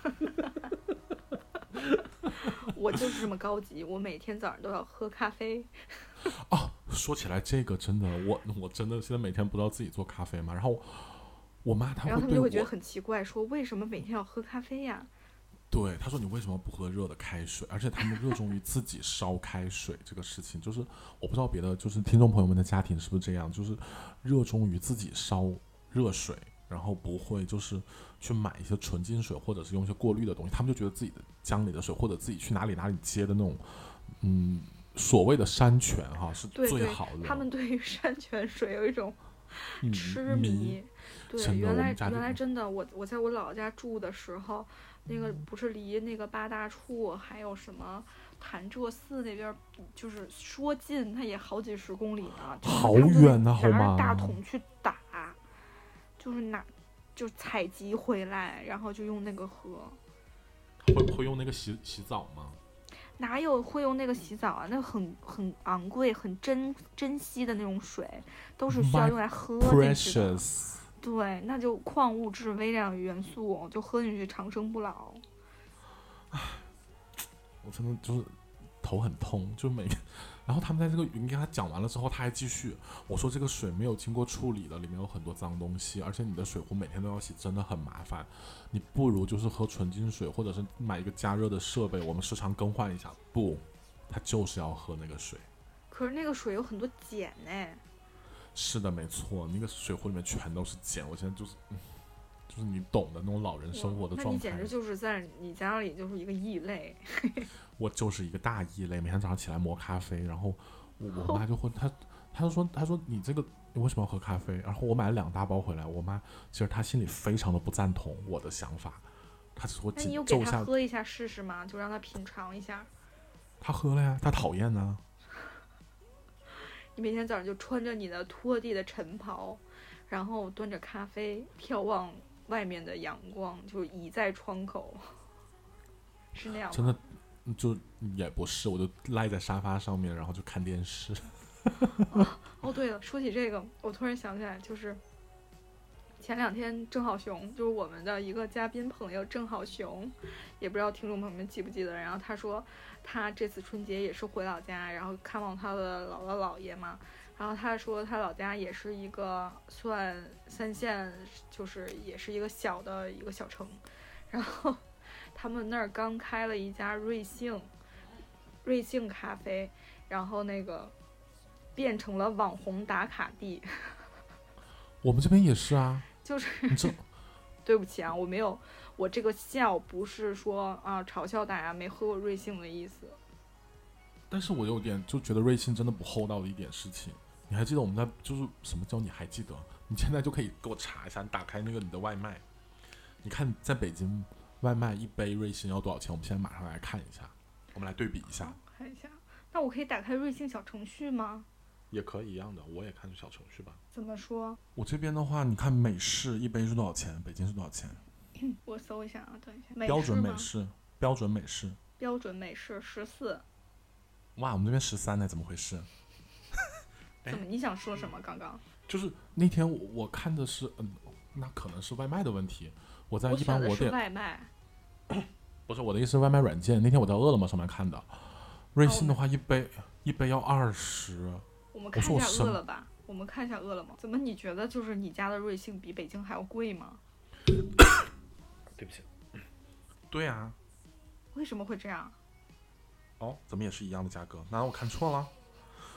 我就是这么高级，我每天早上都要喝咖啡。 哦，说起来这个真的，我我真的现在每天不知道自己做咖啡嘛，然后我妈她会对我， 然后他们就会觉得很奇怪，说为什么每天要喝咖啡呀？ 对，她说你为什么不喝热的开水？而且他们热衷于自己烧开水这个事情，就是我不知道别的就是听众朋友们的家庭是不是这样，就是热衷于自己烧热水，然后不会就是去买一些纯净水，或者是用一些过滤的东西，他们就觉得自己的江里的水，或者自己去哪里哪里接的那种，嗯，所谓的山泉哈是最好的。 对对，他们对于山泉水有一种痴迷。 迷对，原来原来真的，我我在我姥姥家住的时候，那个不是离那个八大处还有什么潭柘寺那边，就是说近它也好几十公里呢， 好远呐、啊，好吗？ 拿着大桶去打，就是拿就采集回来，然后就用那个喝。 会会用那个洗洗澡吗？ 哪有会用那个洗澡啊？那很很昂贵、很珍珍惜的那种水，都是需要用来喝进去的。对，那就矿物质、微量元素，就喝进去长生不老。 唉，我真的就是头很痛，就每然后他们在这个你给他讲完了之后，他还继续我说这个水没有经过处理的，里面有很多脏东西，而且你的水壶每天都要洗，真的很麻烦。你不如就是喝纯净水，或者是买一个加热的设备，我们时常更换一下。不，他就是要喝那个水。 可是那个水有很多碱呢。 是的，没错，那个水壶里面全都是碱。我现在就是，嗯、就是你懂的那种老人生活的状态。 那你简直就是在你家里就是一个异类。 我就是一个大异类，每天早上起来磨咖啡，然后我我妈就会她她就说她说你这个你为什么要喝咖啡？然后我买了两大包回来，我妈其实她心里非常的不赞同我的想法，她只会那你有给她喝一下试试吗？就让她品尝一下。 她喝了呀，她讨厌呢。 你每天早上就穿着你的拖地的晨袍，然后端着咖啡眺望外面的阳光，就倚在窗口，是那样吗？ 真的就也不是，我就赖在沙发上面，然后就看电视。 哦, 哦对了，说起这个，我突然想起来，就是前两天郑好雄，就是我们的一个嘉宾朋友郑好雄，也不知道听众朋友们记不记得，然后他说他这次春节也是回老家，然后看望他的姥姥姥爷嘛，然后他说他老家也是一个算三线，就是也是一个小的一个小城，然后他们那儿刚开了一家瑞幸瑞幸咖啡，然后那个变成了网红打卡地。 我们这边也是啊， 就是对不起啊，我没有，我这个笑不是说啊嘲笑大家没喝过瑞幸的意思。 但是我有点就觉得瑞幸真的不厚道的一点事情。你还记得我们在就是什么叫你还记得？你现在就可以给我查一下，你打开那个你的外卖，你看在北京外卖一杯瑞幸要多少钱？我们现在马上来看一下，我们来对比一下。 看一下，那我可以打开瑞幸小程序吗？ 也可以一样的，我也看小程序吧。 怎么说？ 我这边的话，你看美式一杯是多少钱？北京是多少钱？ 我搜一下啊，等一下。 标准美式，标准美式， 标准美式十四。 哇，我们这边十三呢，怎么回事？ 怎么？你想说什么？刚刚就是那天 我, 我看的是，嗯，那可能是外卖的问题。我在一般我点外卖， 不是我的意思是外卖软件。那天我在饿了么上面看的，瑞幸的话一杯、哦、一杯要二十。 我们看一下饿了吧，我们看一下饿了么。怎么你觉得就是你家的瑞幸比北京还要贵吗？ 对不起。对啊。 为什么会这样？ 哦，怎么也是一样的价格？难道我看错了？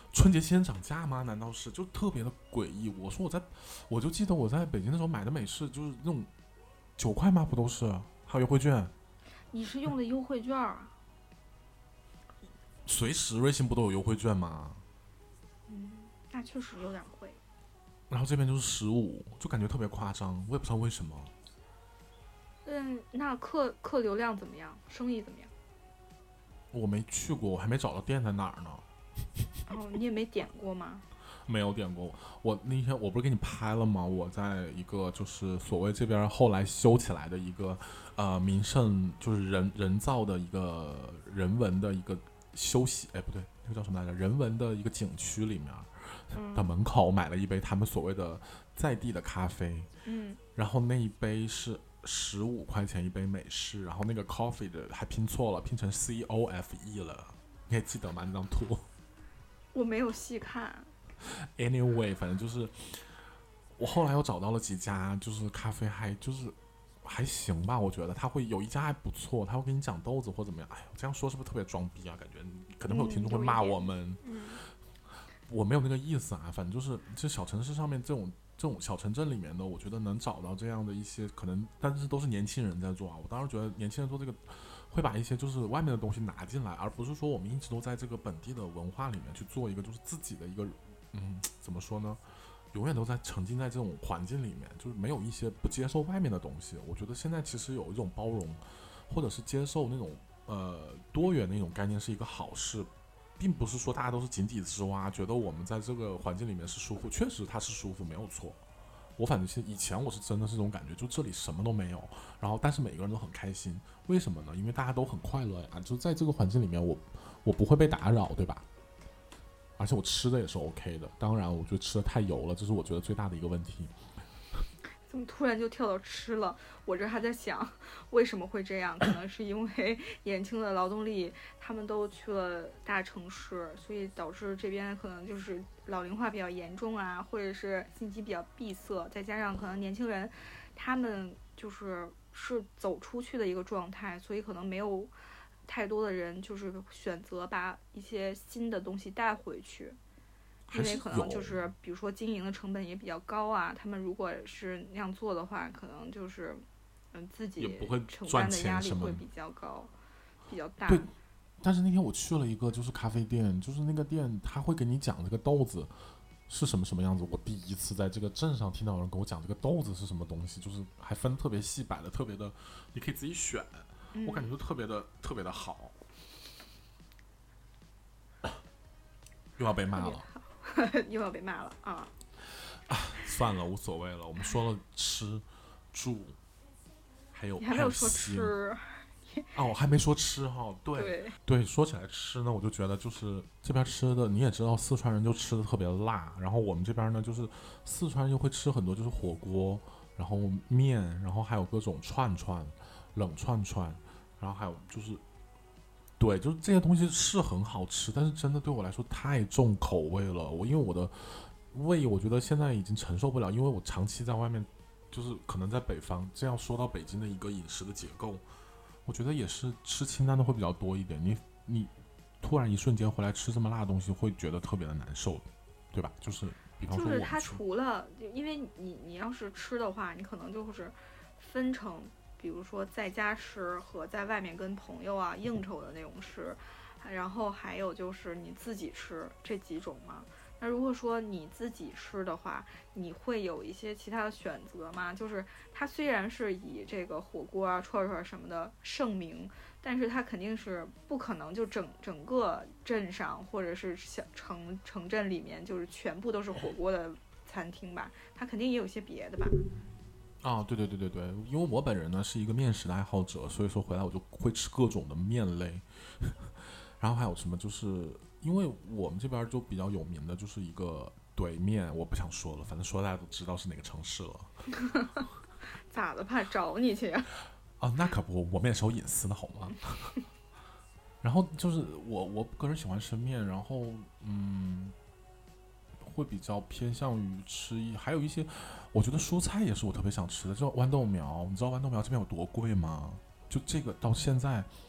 春节期间涨价吗？难道是就特别的诡异？我说我在，我就记得我在北京的时候买的美式就是那种九块吗？不都是？还有优惠券。 你是用的优惠券啊？ 随时瑞幸不都有优惠券吗？ 嗯，那确实有点贵。 然后这边就是十五，就感觉特别夸张，我也不知道为什么。 嗯，那客客流量怎么样？生意怎么样？ 我没去过，我还没找到店在哪儿呢。 哦，你也没点过吗？ 没有点过。我那天我不是给你拍了吗？我在一个就是所谓这边后来修起来的一个呃名胜，就是人人造的一个人文的一个休息，哎不对，那个叫什么来着？人文的一个景区里面的门口买了一杯他们所谓的在地的咖啡， 嗯， 然后那一杯是十五块钱一杯美式，然后那个 coffee 的还拼错了，拼成 C O F E 了，你还记得吗？那张图？ 我没有细看。 Anyway， 反正就是我后来又找到了几家，就是咖啡还就是还行吧，我觉得他会有一家还不错，他会给你讲豆子或怎么样。哎呦，这样说是不是特别装逼啊？感觉可能会有听众会骂我们。 嗯， 我没有那个意思啊，反正就是这小城市上面这种这种小城镇里面的，我觉得能找到这样的一些可能，但是都是年轻人在做啊。我当时觉得年轻人做这个会把一些就是外面的东西拿进来，而不是说我们一直都在这个本地的文化里面去做一个就是自己的一个嗯怎么说呢？永远都在沉浸在这种环境里面，就是没有一些不接受外面的东西。我觉得现在其实有一种包容，或者是接受那种呃多元的一种概念是一个好事，并不是说大家都是井底之蛙，觉得我们在这个环境里面是舒服，确实它是舒服，没有错。我反正是以前我是真的是这种感觉，就这里什么都没有，然后但是每个人都很开心，为什么呢？因为大家都很快乐呀，就在这个环境里面我，我我不会被打扰，对吧？而且我吃的也是 OK 的，当然我觉得吃的太油了，这是我觉得最大的一个问题。 怎么突然就跳到吃了？我这还在想为什么会这样，可能是因为年轻的劳动力他们都去了大城市，所以导致这边可能就是老龄化比较严重啊，或者是信息比较闭塞，再加上可能年轻人他们就是是走出去的一个状态，所以可能没有太多的人就是选择把一些新的东西带回去。因为可能就是比如说经营的成本也比较高啊，他们如果是那样做的话，可能就是嗯自己承担的压力会比较高，比较大。 对，但是那天我去了一个就是咖啡店，就是那个店他会给你讲这个豆子是什么什么样子。我第一次在这个镇上听到有人跟我讲这个豆子是什么东西，就是还分特别细，摆的特别的，你可以自己选， 嗯、 我感觉就特别的特别的好。又要被骂了。 又要被骂了啊！ 啊，算了，无所谓了。我们说了吃、住，还有你还没有说吃哦，我还没说吃哈。对对, 对，说起来吃呢，我就觉得就是这边吃的，你也知道，四川人就吃的特别辣。然后我们这边呢，就是四川人就会吃很多，就是火锅，然后面，然后还有各种串串、冷串串，然后还有就是。对，就是这些东西是很好吃，但是真的对我来说太重口味了。我因为我的胃，我觉得现在已经承受不了，因为我长期在外面，就是可能在北方。这样说到北京的一个饮食的结构，我觉得也是吃清淡的会比较多一点。你你突然一瞬间回来吃这么辣的东西，会觉得特别的难受，对吧？就是比方说我， 就是它除了，因为你你要是吃的话，你可能就是分成。比如说在家吃和在外面跟朋友啊应酬的那种吃，然后还有就是你自己吃这几种嘛。那如果说你自己吃的话，你会有一些其他的选择吗？就是它虽然是以这个火锅啊、串串什么的盛名，但是它肯定是不可能就整整个镇上或者是小城城镇里面就是全部都是火锅的餐厅吧？它肯定也有些别的吧。 啊，对对对对对，因为我本人呢是一个面食的爱好者，所以说回来我就会吃各种的面类，然后还有什么就是因为我们这边就比较有名的就是一个怼面，我不想说了，反正说大家都知道是哪个城市了。 咋的？怕找你去啊？ 啊，那可不，我们也是有隐私的好吗？然后就是我我个人喜欢吃面，然后嗯。会比较偏向于吃一，还有一些，我觉得蔬菜也是我特别想吃的，就豌豆苗。你知道豌豆苗这边有多贵吗？就这个到现在，那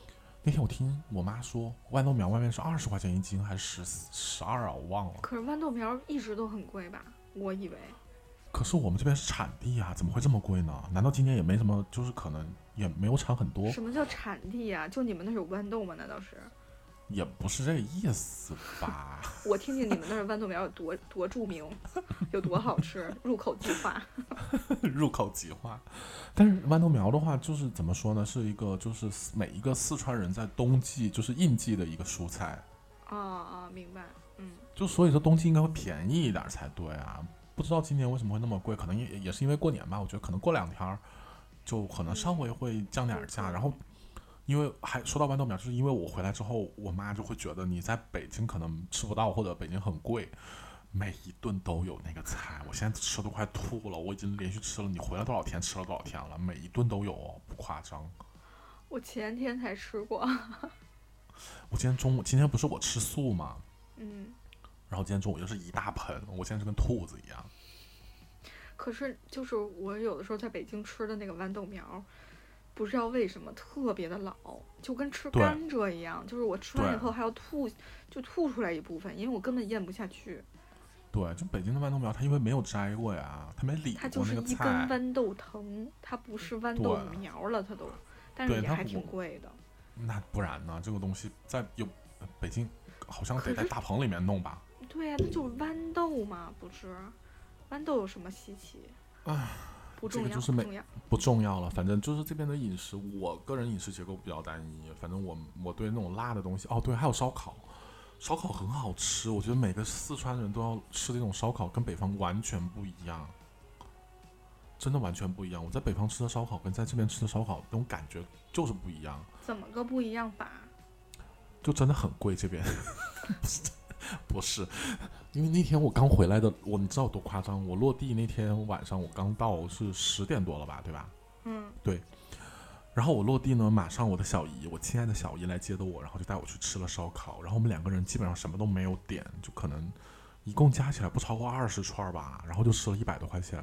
那天我听我妈说，豌豆苗外面是二十块钱一斤，还是十十二啊？我忘了。 可是豌豆苗一直都很贵吧？我以为。 可是我们这边是产地啊，怎么会这么贵呢？难道今年也没什么，就是可能也没有产很多？ 什么叫产地啊？就你们那有豌豆吗？难道是？ 也不是这个意思吧？ 我听听你们那儿豌豆苗有多多著名，有多好吃，入口即化。 入口即化。但是豌豆苗的话，就是怎么说呢？是一个就是每一个四川人在冬季就是应季的一个蔬菜。 啊啊，明白。嗯。 就所以说冬季应该会便宜一点才对啊。不知道今年为什么会那么贵，可能也也是因为过年吧。我觉得可能过两天就可能稍微会降点价。嗯、然后，因为还说到豌豆苗，就是因为我回来之后，我妈就会觉得你在北京可能吃不到，或者北京很贵，每一顿都有那个菜。我现在吃都快吐了，我已经连续吃了，你回来多少天吃了多少天了，每一顿都有哦，不夸张。 我前天才吃过。 我今天中午，今天不是我吃素吗？ 嗯。 然后今天中午又是一大盆，我现在就跟兔子一样。 可是就是我有的时候在北京吃的那个豌豆苗，不知道为什么特别的老，就跟吃甘蔗一样，就是我吃完以后还要吐，就吐出来一部分，因为我根本咽不下去。 对，就北京的豌豆苗，它因为没有摘过呀，它没理过那个菜。 它就是一根豌豆藤，它不是豌豆苗了，它都，但是也还挺贵的。 那不然呢？这个东西在有北京好像得在大棚里面弄吧？ 对呀、啊，那就是豌豆嘛，不是？豌豆有什么稀奇？ 唉， 不重要， 这个就是没不重要， 不重要了。反正就是这边的饮食，我个人饮食结构比较单一。反正我我对那种辣的东西，哦对，还有烧烤，烧烤很好吃。我觉得每个四川人都要吃这种烧烤，跟北方完全不一样，真的完全不一样。我在北方吃的烧烤跟在这边吃的烧烤那种感觉就是不一样。 怎么个不一样法？ 就真的很贵这边。不是，因为那天我刚回来的，我你知道多夸张？我落地那天晚上我刚到是十点多了吧，对吧？ 嗯， 对。然后我落地呢，马上我的小姨，我亲爱的小姨来接的我，然后就带我去吃了烧烤。然后我们两个人基本上什么都没有点，就可能一共加起来不超过二十串吧，然后就吃了一百多块钱。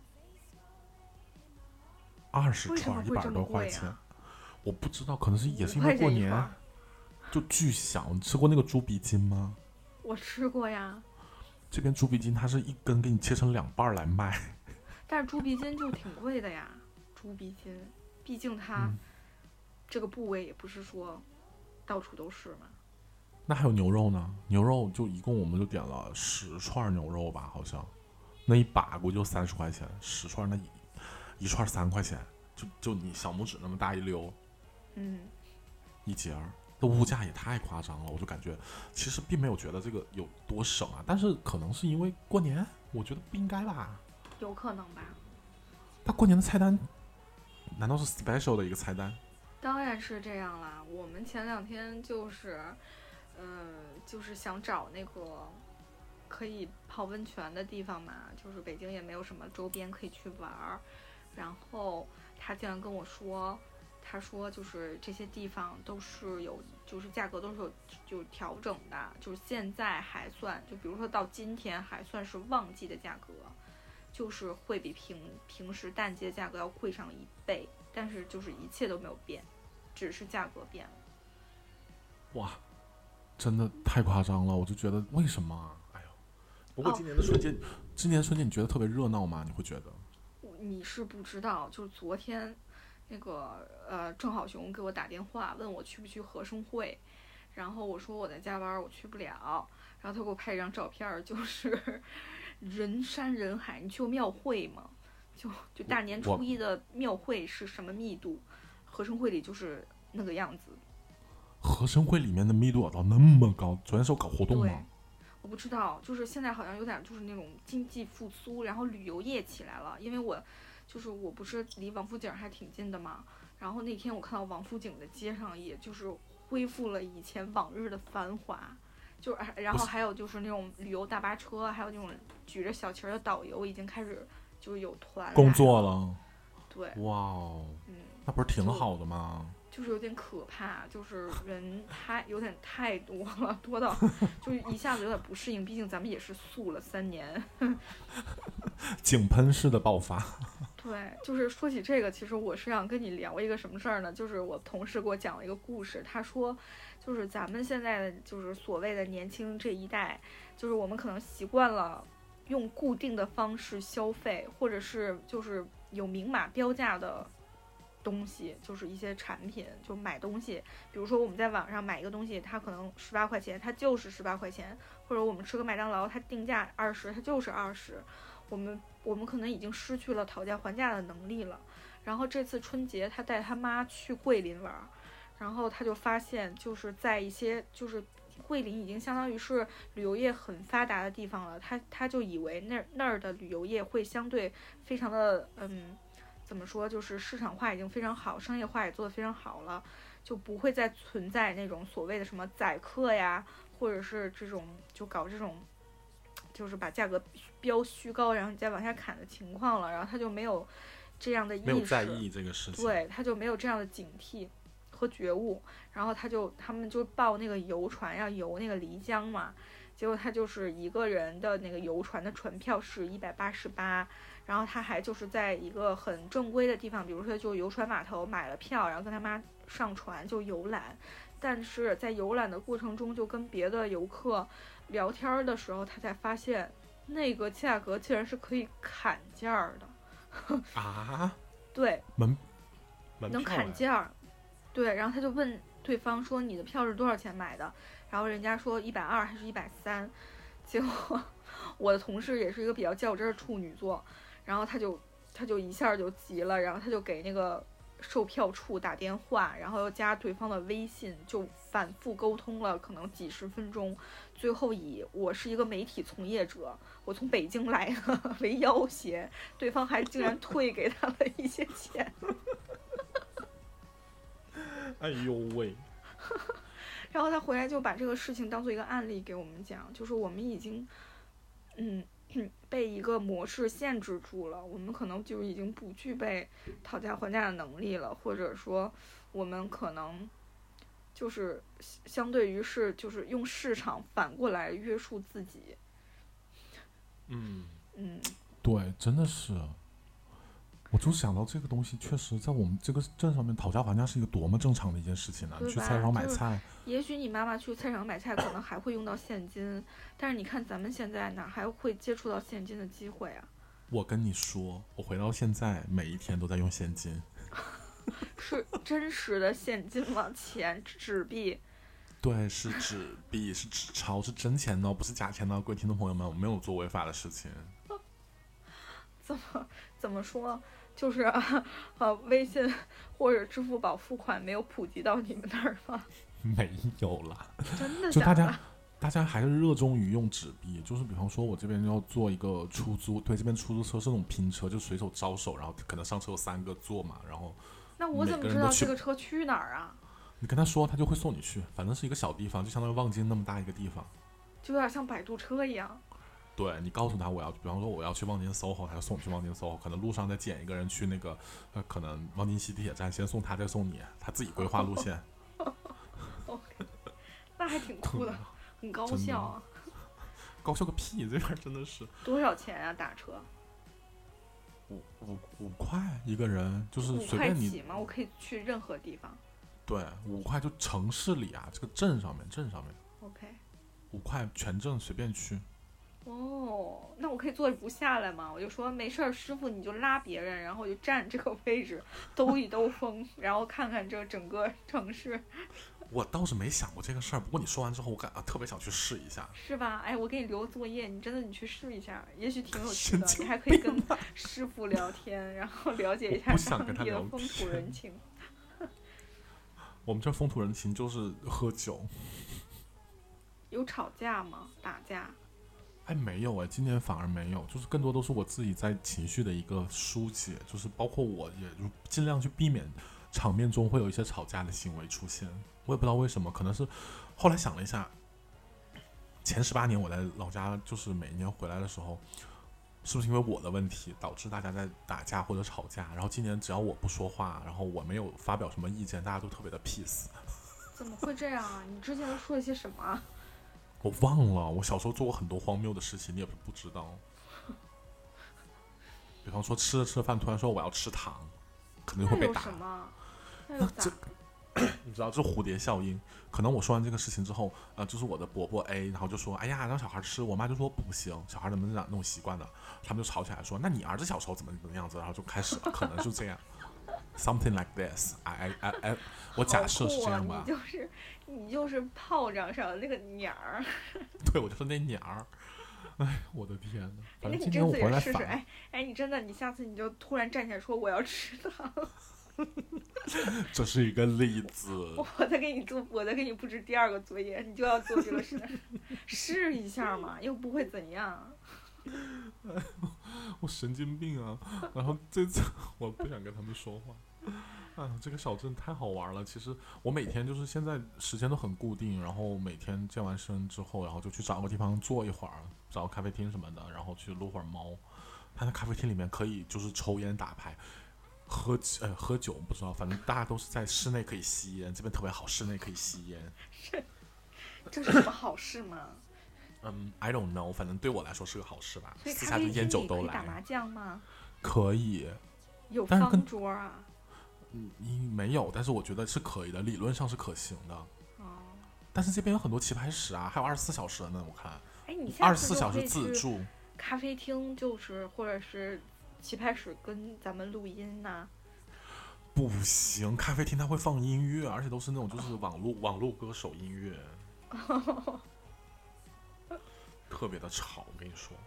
二十串一百多块钱，我不知道，可能是也是因为过年，就巨响。你吃过那个猪鼻筋吗？ 我吃过呀。 这边猪鼻筋它是一根给你切成两半来卖， 但是猪鼻筋就挺贵的呀。猪鼻筋，毕竟它、嗯、这个部位也不是说到处都是嘛。 那还有牛肉呢？牛肉就一共我们就点了十串牛肉吧，好像那一把估计就三十块钱，十串那一一串三块钱，就就你小拇指那么大一溜， 嗯， 一节儿。这物价也太夸张了，我就感觉其实并没有觉得这个有多省啊，但是可能是因为过年，我觉得不应该吧？ 有可能吧？ 那过年的菜单难道是 special 的一个菜单？ 当然是这样啦。我们前两天就是，嗯、呃，就是想找那个可以泡温泉的地方嘛，就是北京也没有什么周边可以去玩儿，然后他竟然跟我说。他说就是这些地方都是有，就是价格都是有就调整的，就是现在还算，就比如说到今天还算是旺季的价格，就是会比平平时淡季的价格要贵上一倍，但是就是一切都没有变，只是价格变了。 哇，真的太夸张了，我就觉得为什么啊？哎呦，不过今年的春节，哦、今年春节你觉得特别热闹吗？你会觉得？ 你是不知道，就是昨天。那个呃，郑好雄给我打电话问我去不去合生汇，然后我说我在加班，我去不了。然后他给我拍一张照片，就是人山人海。你去过庙会吗？就就大年初一的庙会是什么密度？合生汇里就是那个样子。 合生汇里面的密度有到那么高？昨天是有搞活动吗？ 我不知道，就是现在好像有点就是那种经济复苏，然后旅游业起来了，因为我。就是我不是离王府井还挺近的嘛，然后那天我看到王府井的街上，也就是恢复了以前往日的繁华，就是然后还有就是那种旅游大巴车，还有那种举着小旗的导游已经开始就是有团工作了。 对， 哇哦， 嗯， 那不是挺好的吗？ 就, 就是有点可怕，就是人太有点太多了，多到就是一下子有点不适应，毕竟咱们也是素了三年。 井喷式的爆发。 对，就是说起这个，其实我是想跟你聊一个什么事儿呢？就是我同事给我讲了一个故事，他说，就是咱们现在的就是所谓的年轻这一代，就是我们可能习惯了用固定的方式消费，或者是就是有明码标价的东西，就是一些产品，就买东西，比如说我们在网上买一个东西，它可能十八块钱，它就是十八块钱，或者我们吃个麦当劳，它定价二十，它就是二十。我们我们可能已经失去了讨价还价的能力了。然后这次春节，他带他妈去桂林玩，然后他就发现，就是在一些就是桂林已经相当于是旅游业很发达的地方了，他他就以为那那儿的旅游业会相对非常的嗯，怎么说，就是市场化已经非常好，商业化也做得非常好了，就不会再存在那种所谓的什么宰客呀，或者是这种就搞这种。就是把价格标虚高，然后你再往下砍的情况了，然后他就没有这样的意识， 没有在意这个事情， 对，他就没有这样的警惕和觉悟，然后他就他们就报那个游船要游那个漓江嘛，结果他就是一个人的那个游船的船票是一百八十八，然后他还就是在一个很正规的地方，比如说就游船码头买了票，然后跟他妈上船就游览，但是在游览的过程中就跟别的游客聊天的时候，他才发现那个价格竟然是可以砍价的啊！ 对， 门门能砍价，对，然后他就问对方说：“你的票是多少钱买的？”然后人家说一百二还是一百三，结果我的同事也是一个比较较真的处女座，然后他就他就一下就急了，然后他就给那个售票处打电话，然后又加对方的微信，就反复沟通了可能几十分钟，最后以我是一个媒体从业者，我从北京来的为要挟，对方还竟然退给他了一些钱。 哎呦喂！ 然后他回来就把这个事情当做一个案例给我们讲，就是我们已经，嗯。被一个模式限制住了，我们可能就已经不具备讨价还价的能力了，或者说我们可能就是相对于是就是用市场反过来约束自己。 嗯嗯， 对，真的是。我就想到这个东西，确实在我们这个镇上面讨价还价是一个多么正常的一件事情呢、啊？你去菜场买菜， 也许你妈妈去菜场买菜可能还会用到现金，但是你看咱们现在哪还会接触到现金的机会啊？ 我跟你说，我回到现在每一天都在用现金。 是真实的现金吗？钱纸币？ 对，是纸币，是纸钞，是真钱哦，不是假钱哦，各位听众朋友们，我没有做违法的事情。 怎么怎么说？就是呃，微信或者支付宝付款没有普及到你们那儿吗？ 没有啦， 真的假的？ 就大家大家还是热衷于用纸币，就是比方说我这边要做一个出租，对，这边出租车是那种拼车，就随手招手，然后可能上车有三个座嘛，然后那我怎么知道这个车去哪儿啊？ 你跟他说，他就会送你去，反正是一个小地方，就相当于望京那么大一个地方， 就有点像摆渡车一样。 对，你告诉他我要，比方说我要去望京 S O H O， 他就送你去望京 S O H O， 可能路上再捡一个人去那个，呃，可能望京西地铁站，先送他再送你，他自己规划路线。 OK， 那还挺酷的，很高效啊。 高效个屁！这边真的是。 多少钱啊？打车？ 五五五块一个人，就是随便你。 五块起吗？我可以去任何地方。 对，五块就城市里啊，这个镇上面，镇上面。 OK。 五块全镇随便去。 哦，那我可以坐着不下来吗？我就说没事儿，师傅你就拉别人，然后我就占这个位置，兜一兜风，然后看看这整个城市。 我倒是没想过这个事儿，不过你说完之后，我感啊特别想去试一下。 是吧？哎，我给你留作业，你真的你去试一下，也许挺有趣的。你还可以跟师傅聊天，然后了解一下当地的风土人情。 我们这风土人情就是喝酒。 有吵架吗？打架？ 哎，没有哎，今年反而没有，就是更多都是我自己在情绪的一个疏解，就是包括我也尽量去避免场面中会有一些吵架的行为出现。我也不知道为什么，可能是后来想了一下，前十八年我在老家，就是每年回来的时候，是不是因为我的问题导致大家在打架或者吵架？然后今年只要我不说话，然后我没有发表什么意见，大家都特别的 peace。 怎么会这样啊？你之前都说了些什么？ 我忘了，我小时候做过很多荒谬的事情，你也不知道。 比方说吃着吃着饭突然说我要吃糖，肯定会被打。 那有什么？那有咋？ 你知道这蝴蝶效应，可能我说完这个事情之后，呃，就是我的伯伯 A， 然后就说，哎呀，让小孩吃，我妈就说不行，小孩怎么能那种习惯呢？他们就吵起来说，那你儿子小时候怎么怎么样子，然后就开始了，可能就这样，something like this，I I I I， 我假设是这样吧。 你就是你就是炮仗上的那个鸟儿。 对，我就是那鸟儿。哎，我的天呐！反正今你天我回来试试，哎哎，你真的，你下次你就突然站起来说我要吃糖。 这是一个例子。 我再给你做，我再给你布置第二个作业，你就要做这个事，试一下嘛，又不会怎样。 哎、我神经病啊！然后这次我不想跟他们说话。啊，这个小镇太好玩了。其实我每天就是现在时间都很固定，然后每天健完身之后，然后就去找个地方坐一会儿，找个咖啡厅什么的，然后去撸会儿猫。他那咖啡厅里面可以就是抽烟打牌。喝呃喝酒不知道，反正大家都是在室内可以吸烟，这边特别好，室内可以吸烟。 是，这是什么好事吗？ 嗯 ，I don't know， 反正对我来说是个好事吧。 所以私下就烟酒都来。 可以打麻将吗？ 可以。 有方桌啊？ 嗯，没有，但是我觉得是可以的，理论上是可行的。 哦。 但是这边有很多棋牌室啊，还有二十四小时的呢，我看。 哎，你二十四小时自助。 咖啡厅就是或者是。棋牌室跟咱们录音呐、啊？ 不行，咖啡厅它会放音乐，而且都是那种就是网络、oh. 网络歌手音乐， oh. 特别的吵。我跟你说，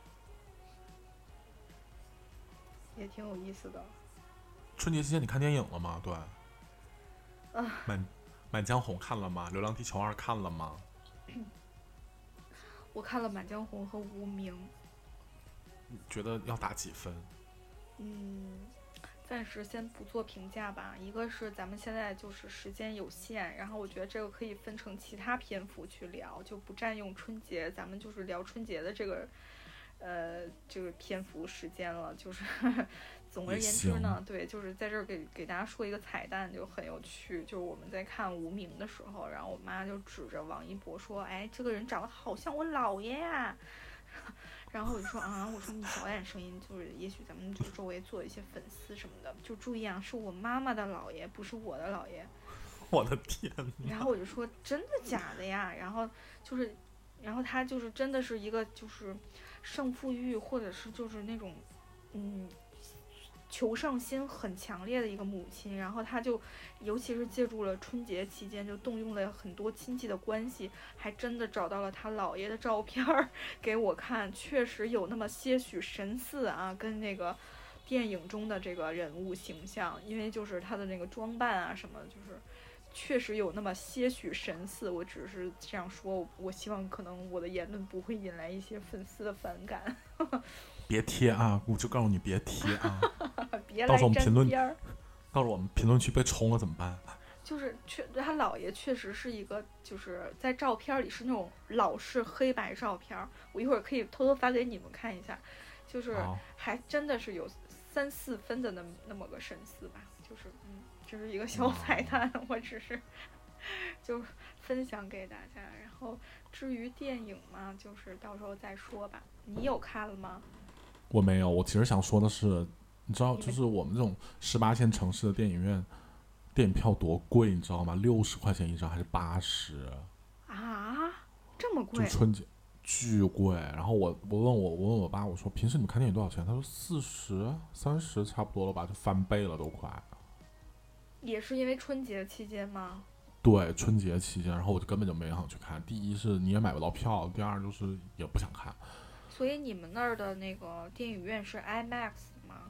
也挺有意思的。 春节期间你看电影了吗？对。 啊。 满满江红看了吗？流浪地球二看了吗？ 我看了满江红和无名。 你觉得要打几分？ 嗯，暂时先不做评价吧。一个是咱们现在就是时间有限，然后我觉得这个可以分成其他篇幅去聊，就不占用春节，咱们就是聊春节的这个，呃，这个篇幅时间了。就是总而言之呢，对，就是在这儿给给大家说一个彩蛋，就很有趣。就是我们在看《无名》的时候，然后我妈就指着王一博说：“哎，这个人长得好像我姥爷呀。”然后我就说啊，我说你小点声音，就是也许咱们就周围做一些粉丝什么的，就注意啊，是我妈妈的姥爷，不是我的姥爷。 我的天！ 然后我就说真的假的呀？然后就是，然后他就是真的是一个就是胜负欲，或者是就是那种嗯求胜心很强烈的一个母亲。然后他就尤其是借助了春节期间，就动用了很多亲戚的关系，还真的找到了他姥爷的照片给我看，确实有那么些许神似啊，跟那个电影中的这个人物形象，因为就是他的那个装扮啊什么，就是确实有那么些许神似。我只是这样说，我希望可能我的言论不会引来一些粉丝的反感。 别贴啊！我就告诉你别贴啊！ 别到时候我们评论，到时候我们评论区被冲了怎么办？ 就是确他姥爷确实是一个，就是在照片里是那种老式黑白照片，我一会儿可以偷偷发给你们看一下，就是还真的是有三四分的那那么个神似吧，就是嗯，这是一个小彩蛋，哦、我只是就分享给大家。然后至于电影嘛，就是到时候再说吧。你有看了吗？ 我没有，我其实想说的是，你知道，就是我们这种十八线城市的电影院，电影票多贵，你知道吗？六十块钱一张还是八十？ 啊，这么贵？ 就春节巨贵。然后我我问我我问我爸，我说平时你们看电影多少钱？他说四十、三十差不多了吧，就翻倍了都快。 也是因为春节期间吗？ 对，春节期间，然后我就根本就没想去看。第一是你也买不到票，第二就是也不想看。 所以你们那儿的那个电影院是 IMAX 吗？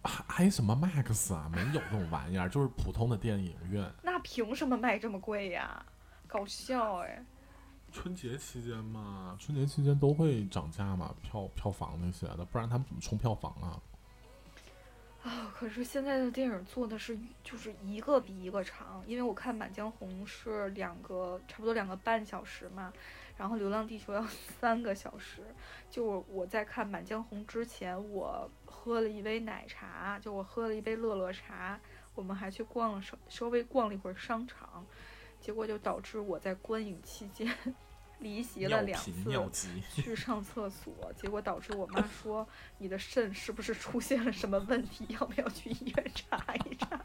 I 什么 Max 啊？没有这种玩意儿，就是普通的电影院。 那凭什么卖这么贵呀？搞笑哎！ 春节期间嘛，春节期间都会涨价嘛，票票房那些的，不然他们怎么冲票房啊？ 啊、哦，可是现在的电影做的是就是一个比一个长，因为我看《满江红》是两个差不多两个半小时嘛。然后《流浪地球》要三个小时，就我在看《满江红》之前，我喝了一杯奶茶，就我喝了一杯乐乐茶，我们还去逛了稍稍微逛了一会儿商场，结果就导致我在观影期间离席了两次尿急去上厕所，结果导致我妈说你的肾是不是出现了什么问题，要不要去医院查一查。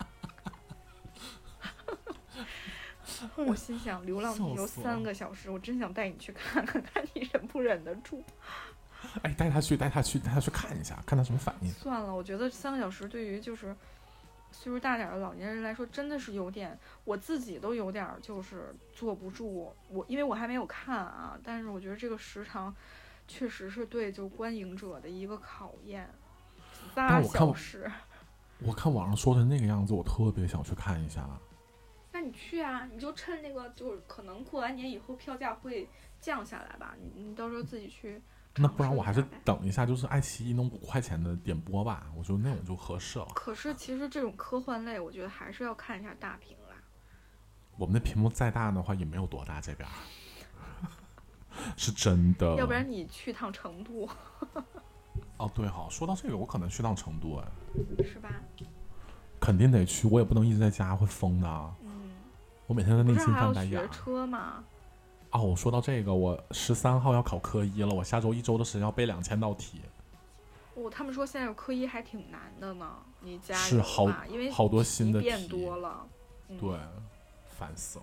我心想流浪地球三个小时，我真想带你去看看，看你忍不忍得住。 哎，带他去带他去带他去看一下，看他什么反应。 算了，我觉得三个小时对于就是岁数大点的老年人来说真的是有点，我自己都有点就是坐不住。我因为我还没有看啊，但是我觉得这个时长确实是对就观影者的一个考验。仨小时。 我看网上说的那个样子，我特别想去看一下。 那你去啊，你就趁那个就是可能过完年以后票价会降下来吧，你你到时候自己去。 那不然我还是等一下，就是爱奇艺弄五块钱的点播吧，我觉得那种就合适了。 可是其实这种科幻类，我觉得还是要看一下大屏啦。 我们的屏幕再大的话也没有多大，这边是真的。 要不然你去趟成都。 哦，对，好，说到这个，我可能去趟成都，哎， 是吧？ 肯定得去，我也不能一直在家，会疯的。嗯，我每天在内心翻白眼。 不是还要学车吗？ 哦，说到这个，我十三号要考科一了，我下周一周的时间要背两千道题。 哦，他们说现在科一还挺难的呢，你加油吧， 是好， 因为好多新的题变多了。嗯、 对，烦死了。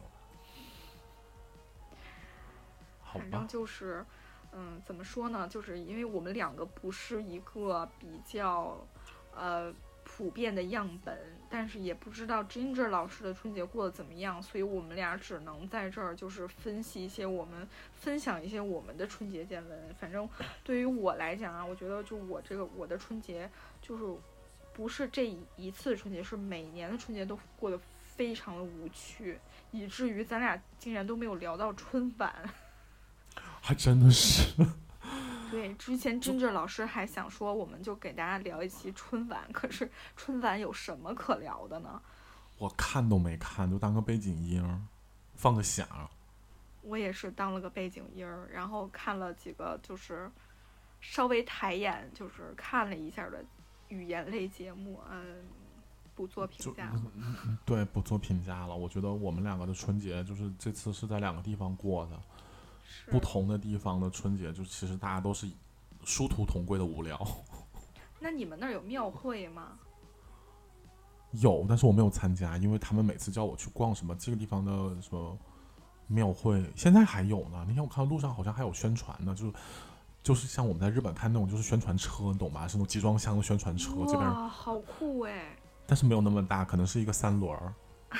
好吧。 反正就是，嗯，怎么说呢？就是因为我们两个不是一个比较，呃。普遍的样本，但是也不知道 Ginger 老师的春节过得怎么样，所以我们俩只能在这儿就是分析一些我们分享一些我们的春节见闻。反正对于我来讲啊，我觉得就我这个我的春节就是不是这一次春节，是每年的春节都过得非常的无趣，以至于咱俩竟然都没有聊到春晚。 还真的是。 对，之前君志老师还想说，我们就给大家聊一期春晚，可是春晚有什么可聊的呢？ 我看都没看，就当个背景音，放个响。 我也是当了个背景音，然后看了几个，就是稍微抬眼，就是看了一下的语言类节目，嗯，不做评价了。 对，不做评价了。我觉得我们两个的春节就是这次是在两个地方过的。不同的地方的春节，就其实大家都是殊途同归的无聊。 那你们那儿有庙会吗？ 有，但是我没有参加，因为他们每次叫我去逛什么这个地方的什么庙会，现在还有呢。那天我看到路上好像还有宣传呢，就是就是像我们在日本看那种就是宣传车，你懂吗？是那种集装箱的宣传车，这边哇，好酷哎！ 但是没有那么大，可能是一个三轮儿，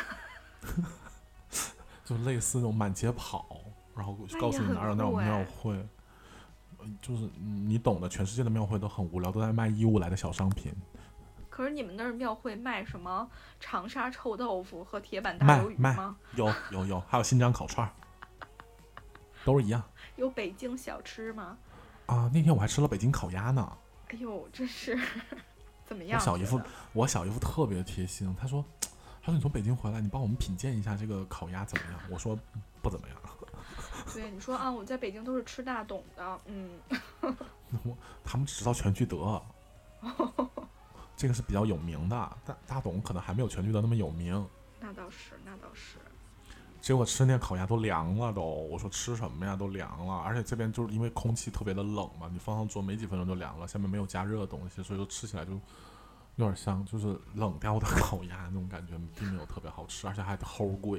就类似那种满街跑。然后告诉你哪有那种庙会，就是你懂的，全世界的庙会都很无聊，都在卖义乌来的小商品。 可是你们那儿庙会卖什么长沙臭豆腐和铁板大鱿鱼吗？ 有有有，还有新疆烤串，都是一样。 有北京小吃吗？ 啊，那天我还吃了北京烤鸭呢。 哎呦，这是怎么样？ 我小姨夫，我小姨夫特别贴心，他说，他说你从北京回来，你帮我们品鉴一下这个烤鸭怎么样？我说不怎么样。 对，你说啊，我在北京都是吃大董的，嗯。 他们只知道全聚德，这个是比较有名的，大大董可能还没有全聚德那么有名。 那倒是，那倒是。 结果吃那烤鸭都凉了都，我说吃什么呀，都凉了，而且这边就是因为空气特别的冷嘛，你放上桌没几分钟就凉了，下面没有加热的东西，所以说吃起来就有点像就是冷掉的烤鸭那种感觉，并没有特别好吃，而且还齁贵。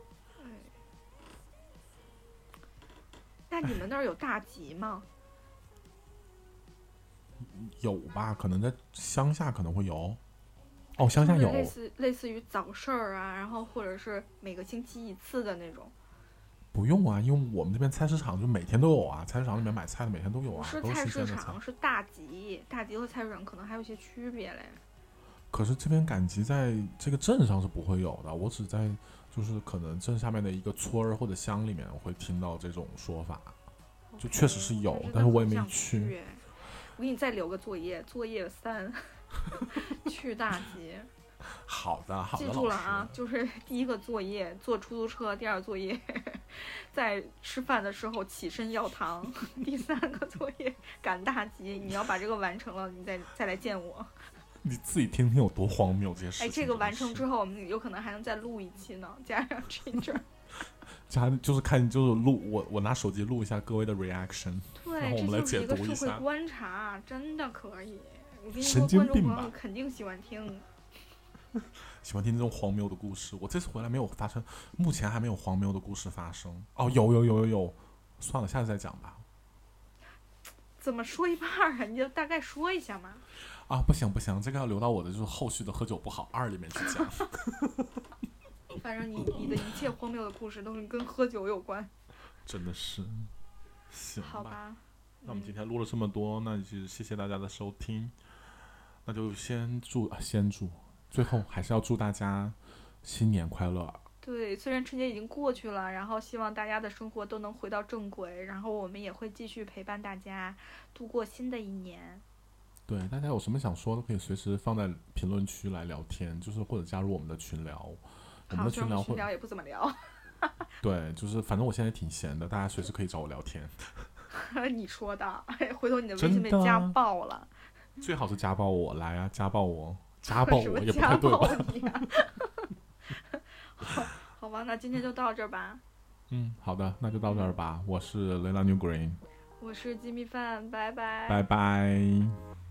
那你们那儿有大集吗？ 有吧，可能在乡下可能会有。哦，乡下有。 类似类似于早市儿啊，然后或者是每个星期一次的那种。 不用啊，因为我们这边菜市场就每天都有啊，菜市场里面买菜的每天都有啊。 不是菜市场，是大集，大集和菜市场可能还有一些区别嘞。 可是这边赶集在这个镇上是不会有的，我只在就是可能镇下面的一个村儿或者乡里面会听到这种说法， okay, 就确实是有，是但是我也没去。 我给你再留个作业，作业三，去大集。 好的，好的， 记住了啊，就是第一个作业坐出租车，第二个作业在吃饭的时候起身要糖，第三个作业赶大集，你要把这个完成了，你再再来见我。 你自己听听有多荒谬这些事情。 哎，这个完成之后，我们有可能还能再录一期呢，加上 Ginger。 加就是看就是录我我拿手机录一下各位的 reaction， 对， 然后我们来解读一下。这就是一个社会观察，真的可以。我跟你说，观众朋友肯定喜欢听。 喜欢听这种荒谬的故事。我这次回来没有发生，目前还没有荒谬的故事发生。哦，有有有有有，算了，下次再讲吧。 怎么说一半啊？你就大概说一下嘛。 啊，不行不行，这个要留到我的就是后续的喝酒不好二里面去讲。 反正你你的一切荒谬的故事都是跟喝酒有关。 真的是。行吧。 好吧。 那我们今天录了这么多，那就谢谢大家的收听。那就先祝啊，先祝，最后还是要祝大家新年快乐。 对，虽然春节已经过去了，然后希望大家的生活都能回到正轨，然后我们也会继续陪伴大家度过新的一年。 对，大家有什么想说都可以随时放在评论区来聊天，就是或者加入我们的群聊。我们的群聊会群聊也不怎么聊。 对，就是反正我现在挺闲的，大家随时可以找我聊天。 你说的，回头你的微信被家暴了。 最好是家暴我，来啊，家暴我，家暴我也不太对吧？ 好，好吧，那今天就到这儿吧。 嗯，好的，那就到这儿吧。我是 Layla New Green， 我是鸡米饭，拜拜， 拜拜。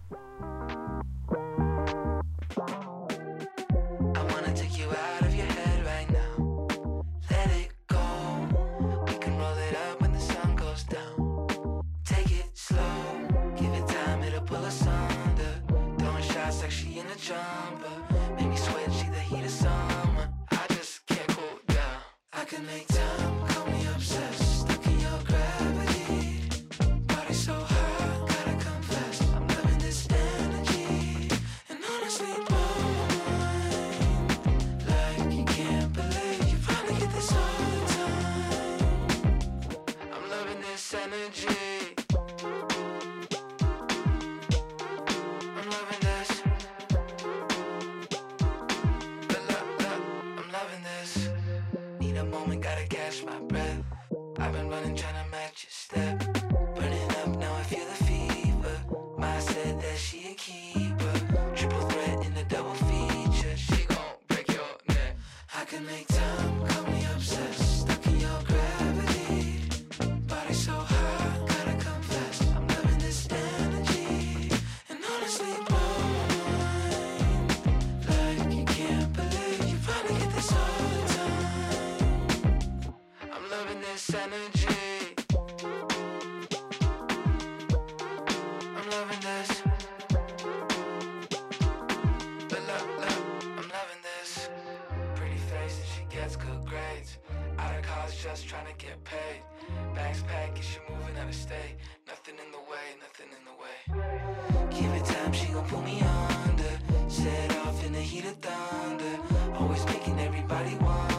Just trying to get paid. Bags packed, get you moving out of state. Nothing in the way, nothing in the way. Give it time, she gon' pull me under. Set off in the heat of thunder. Always making everybody wonder.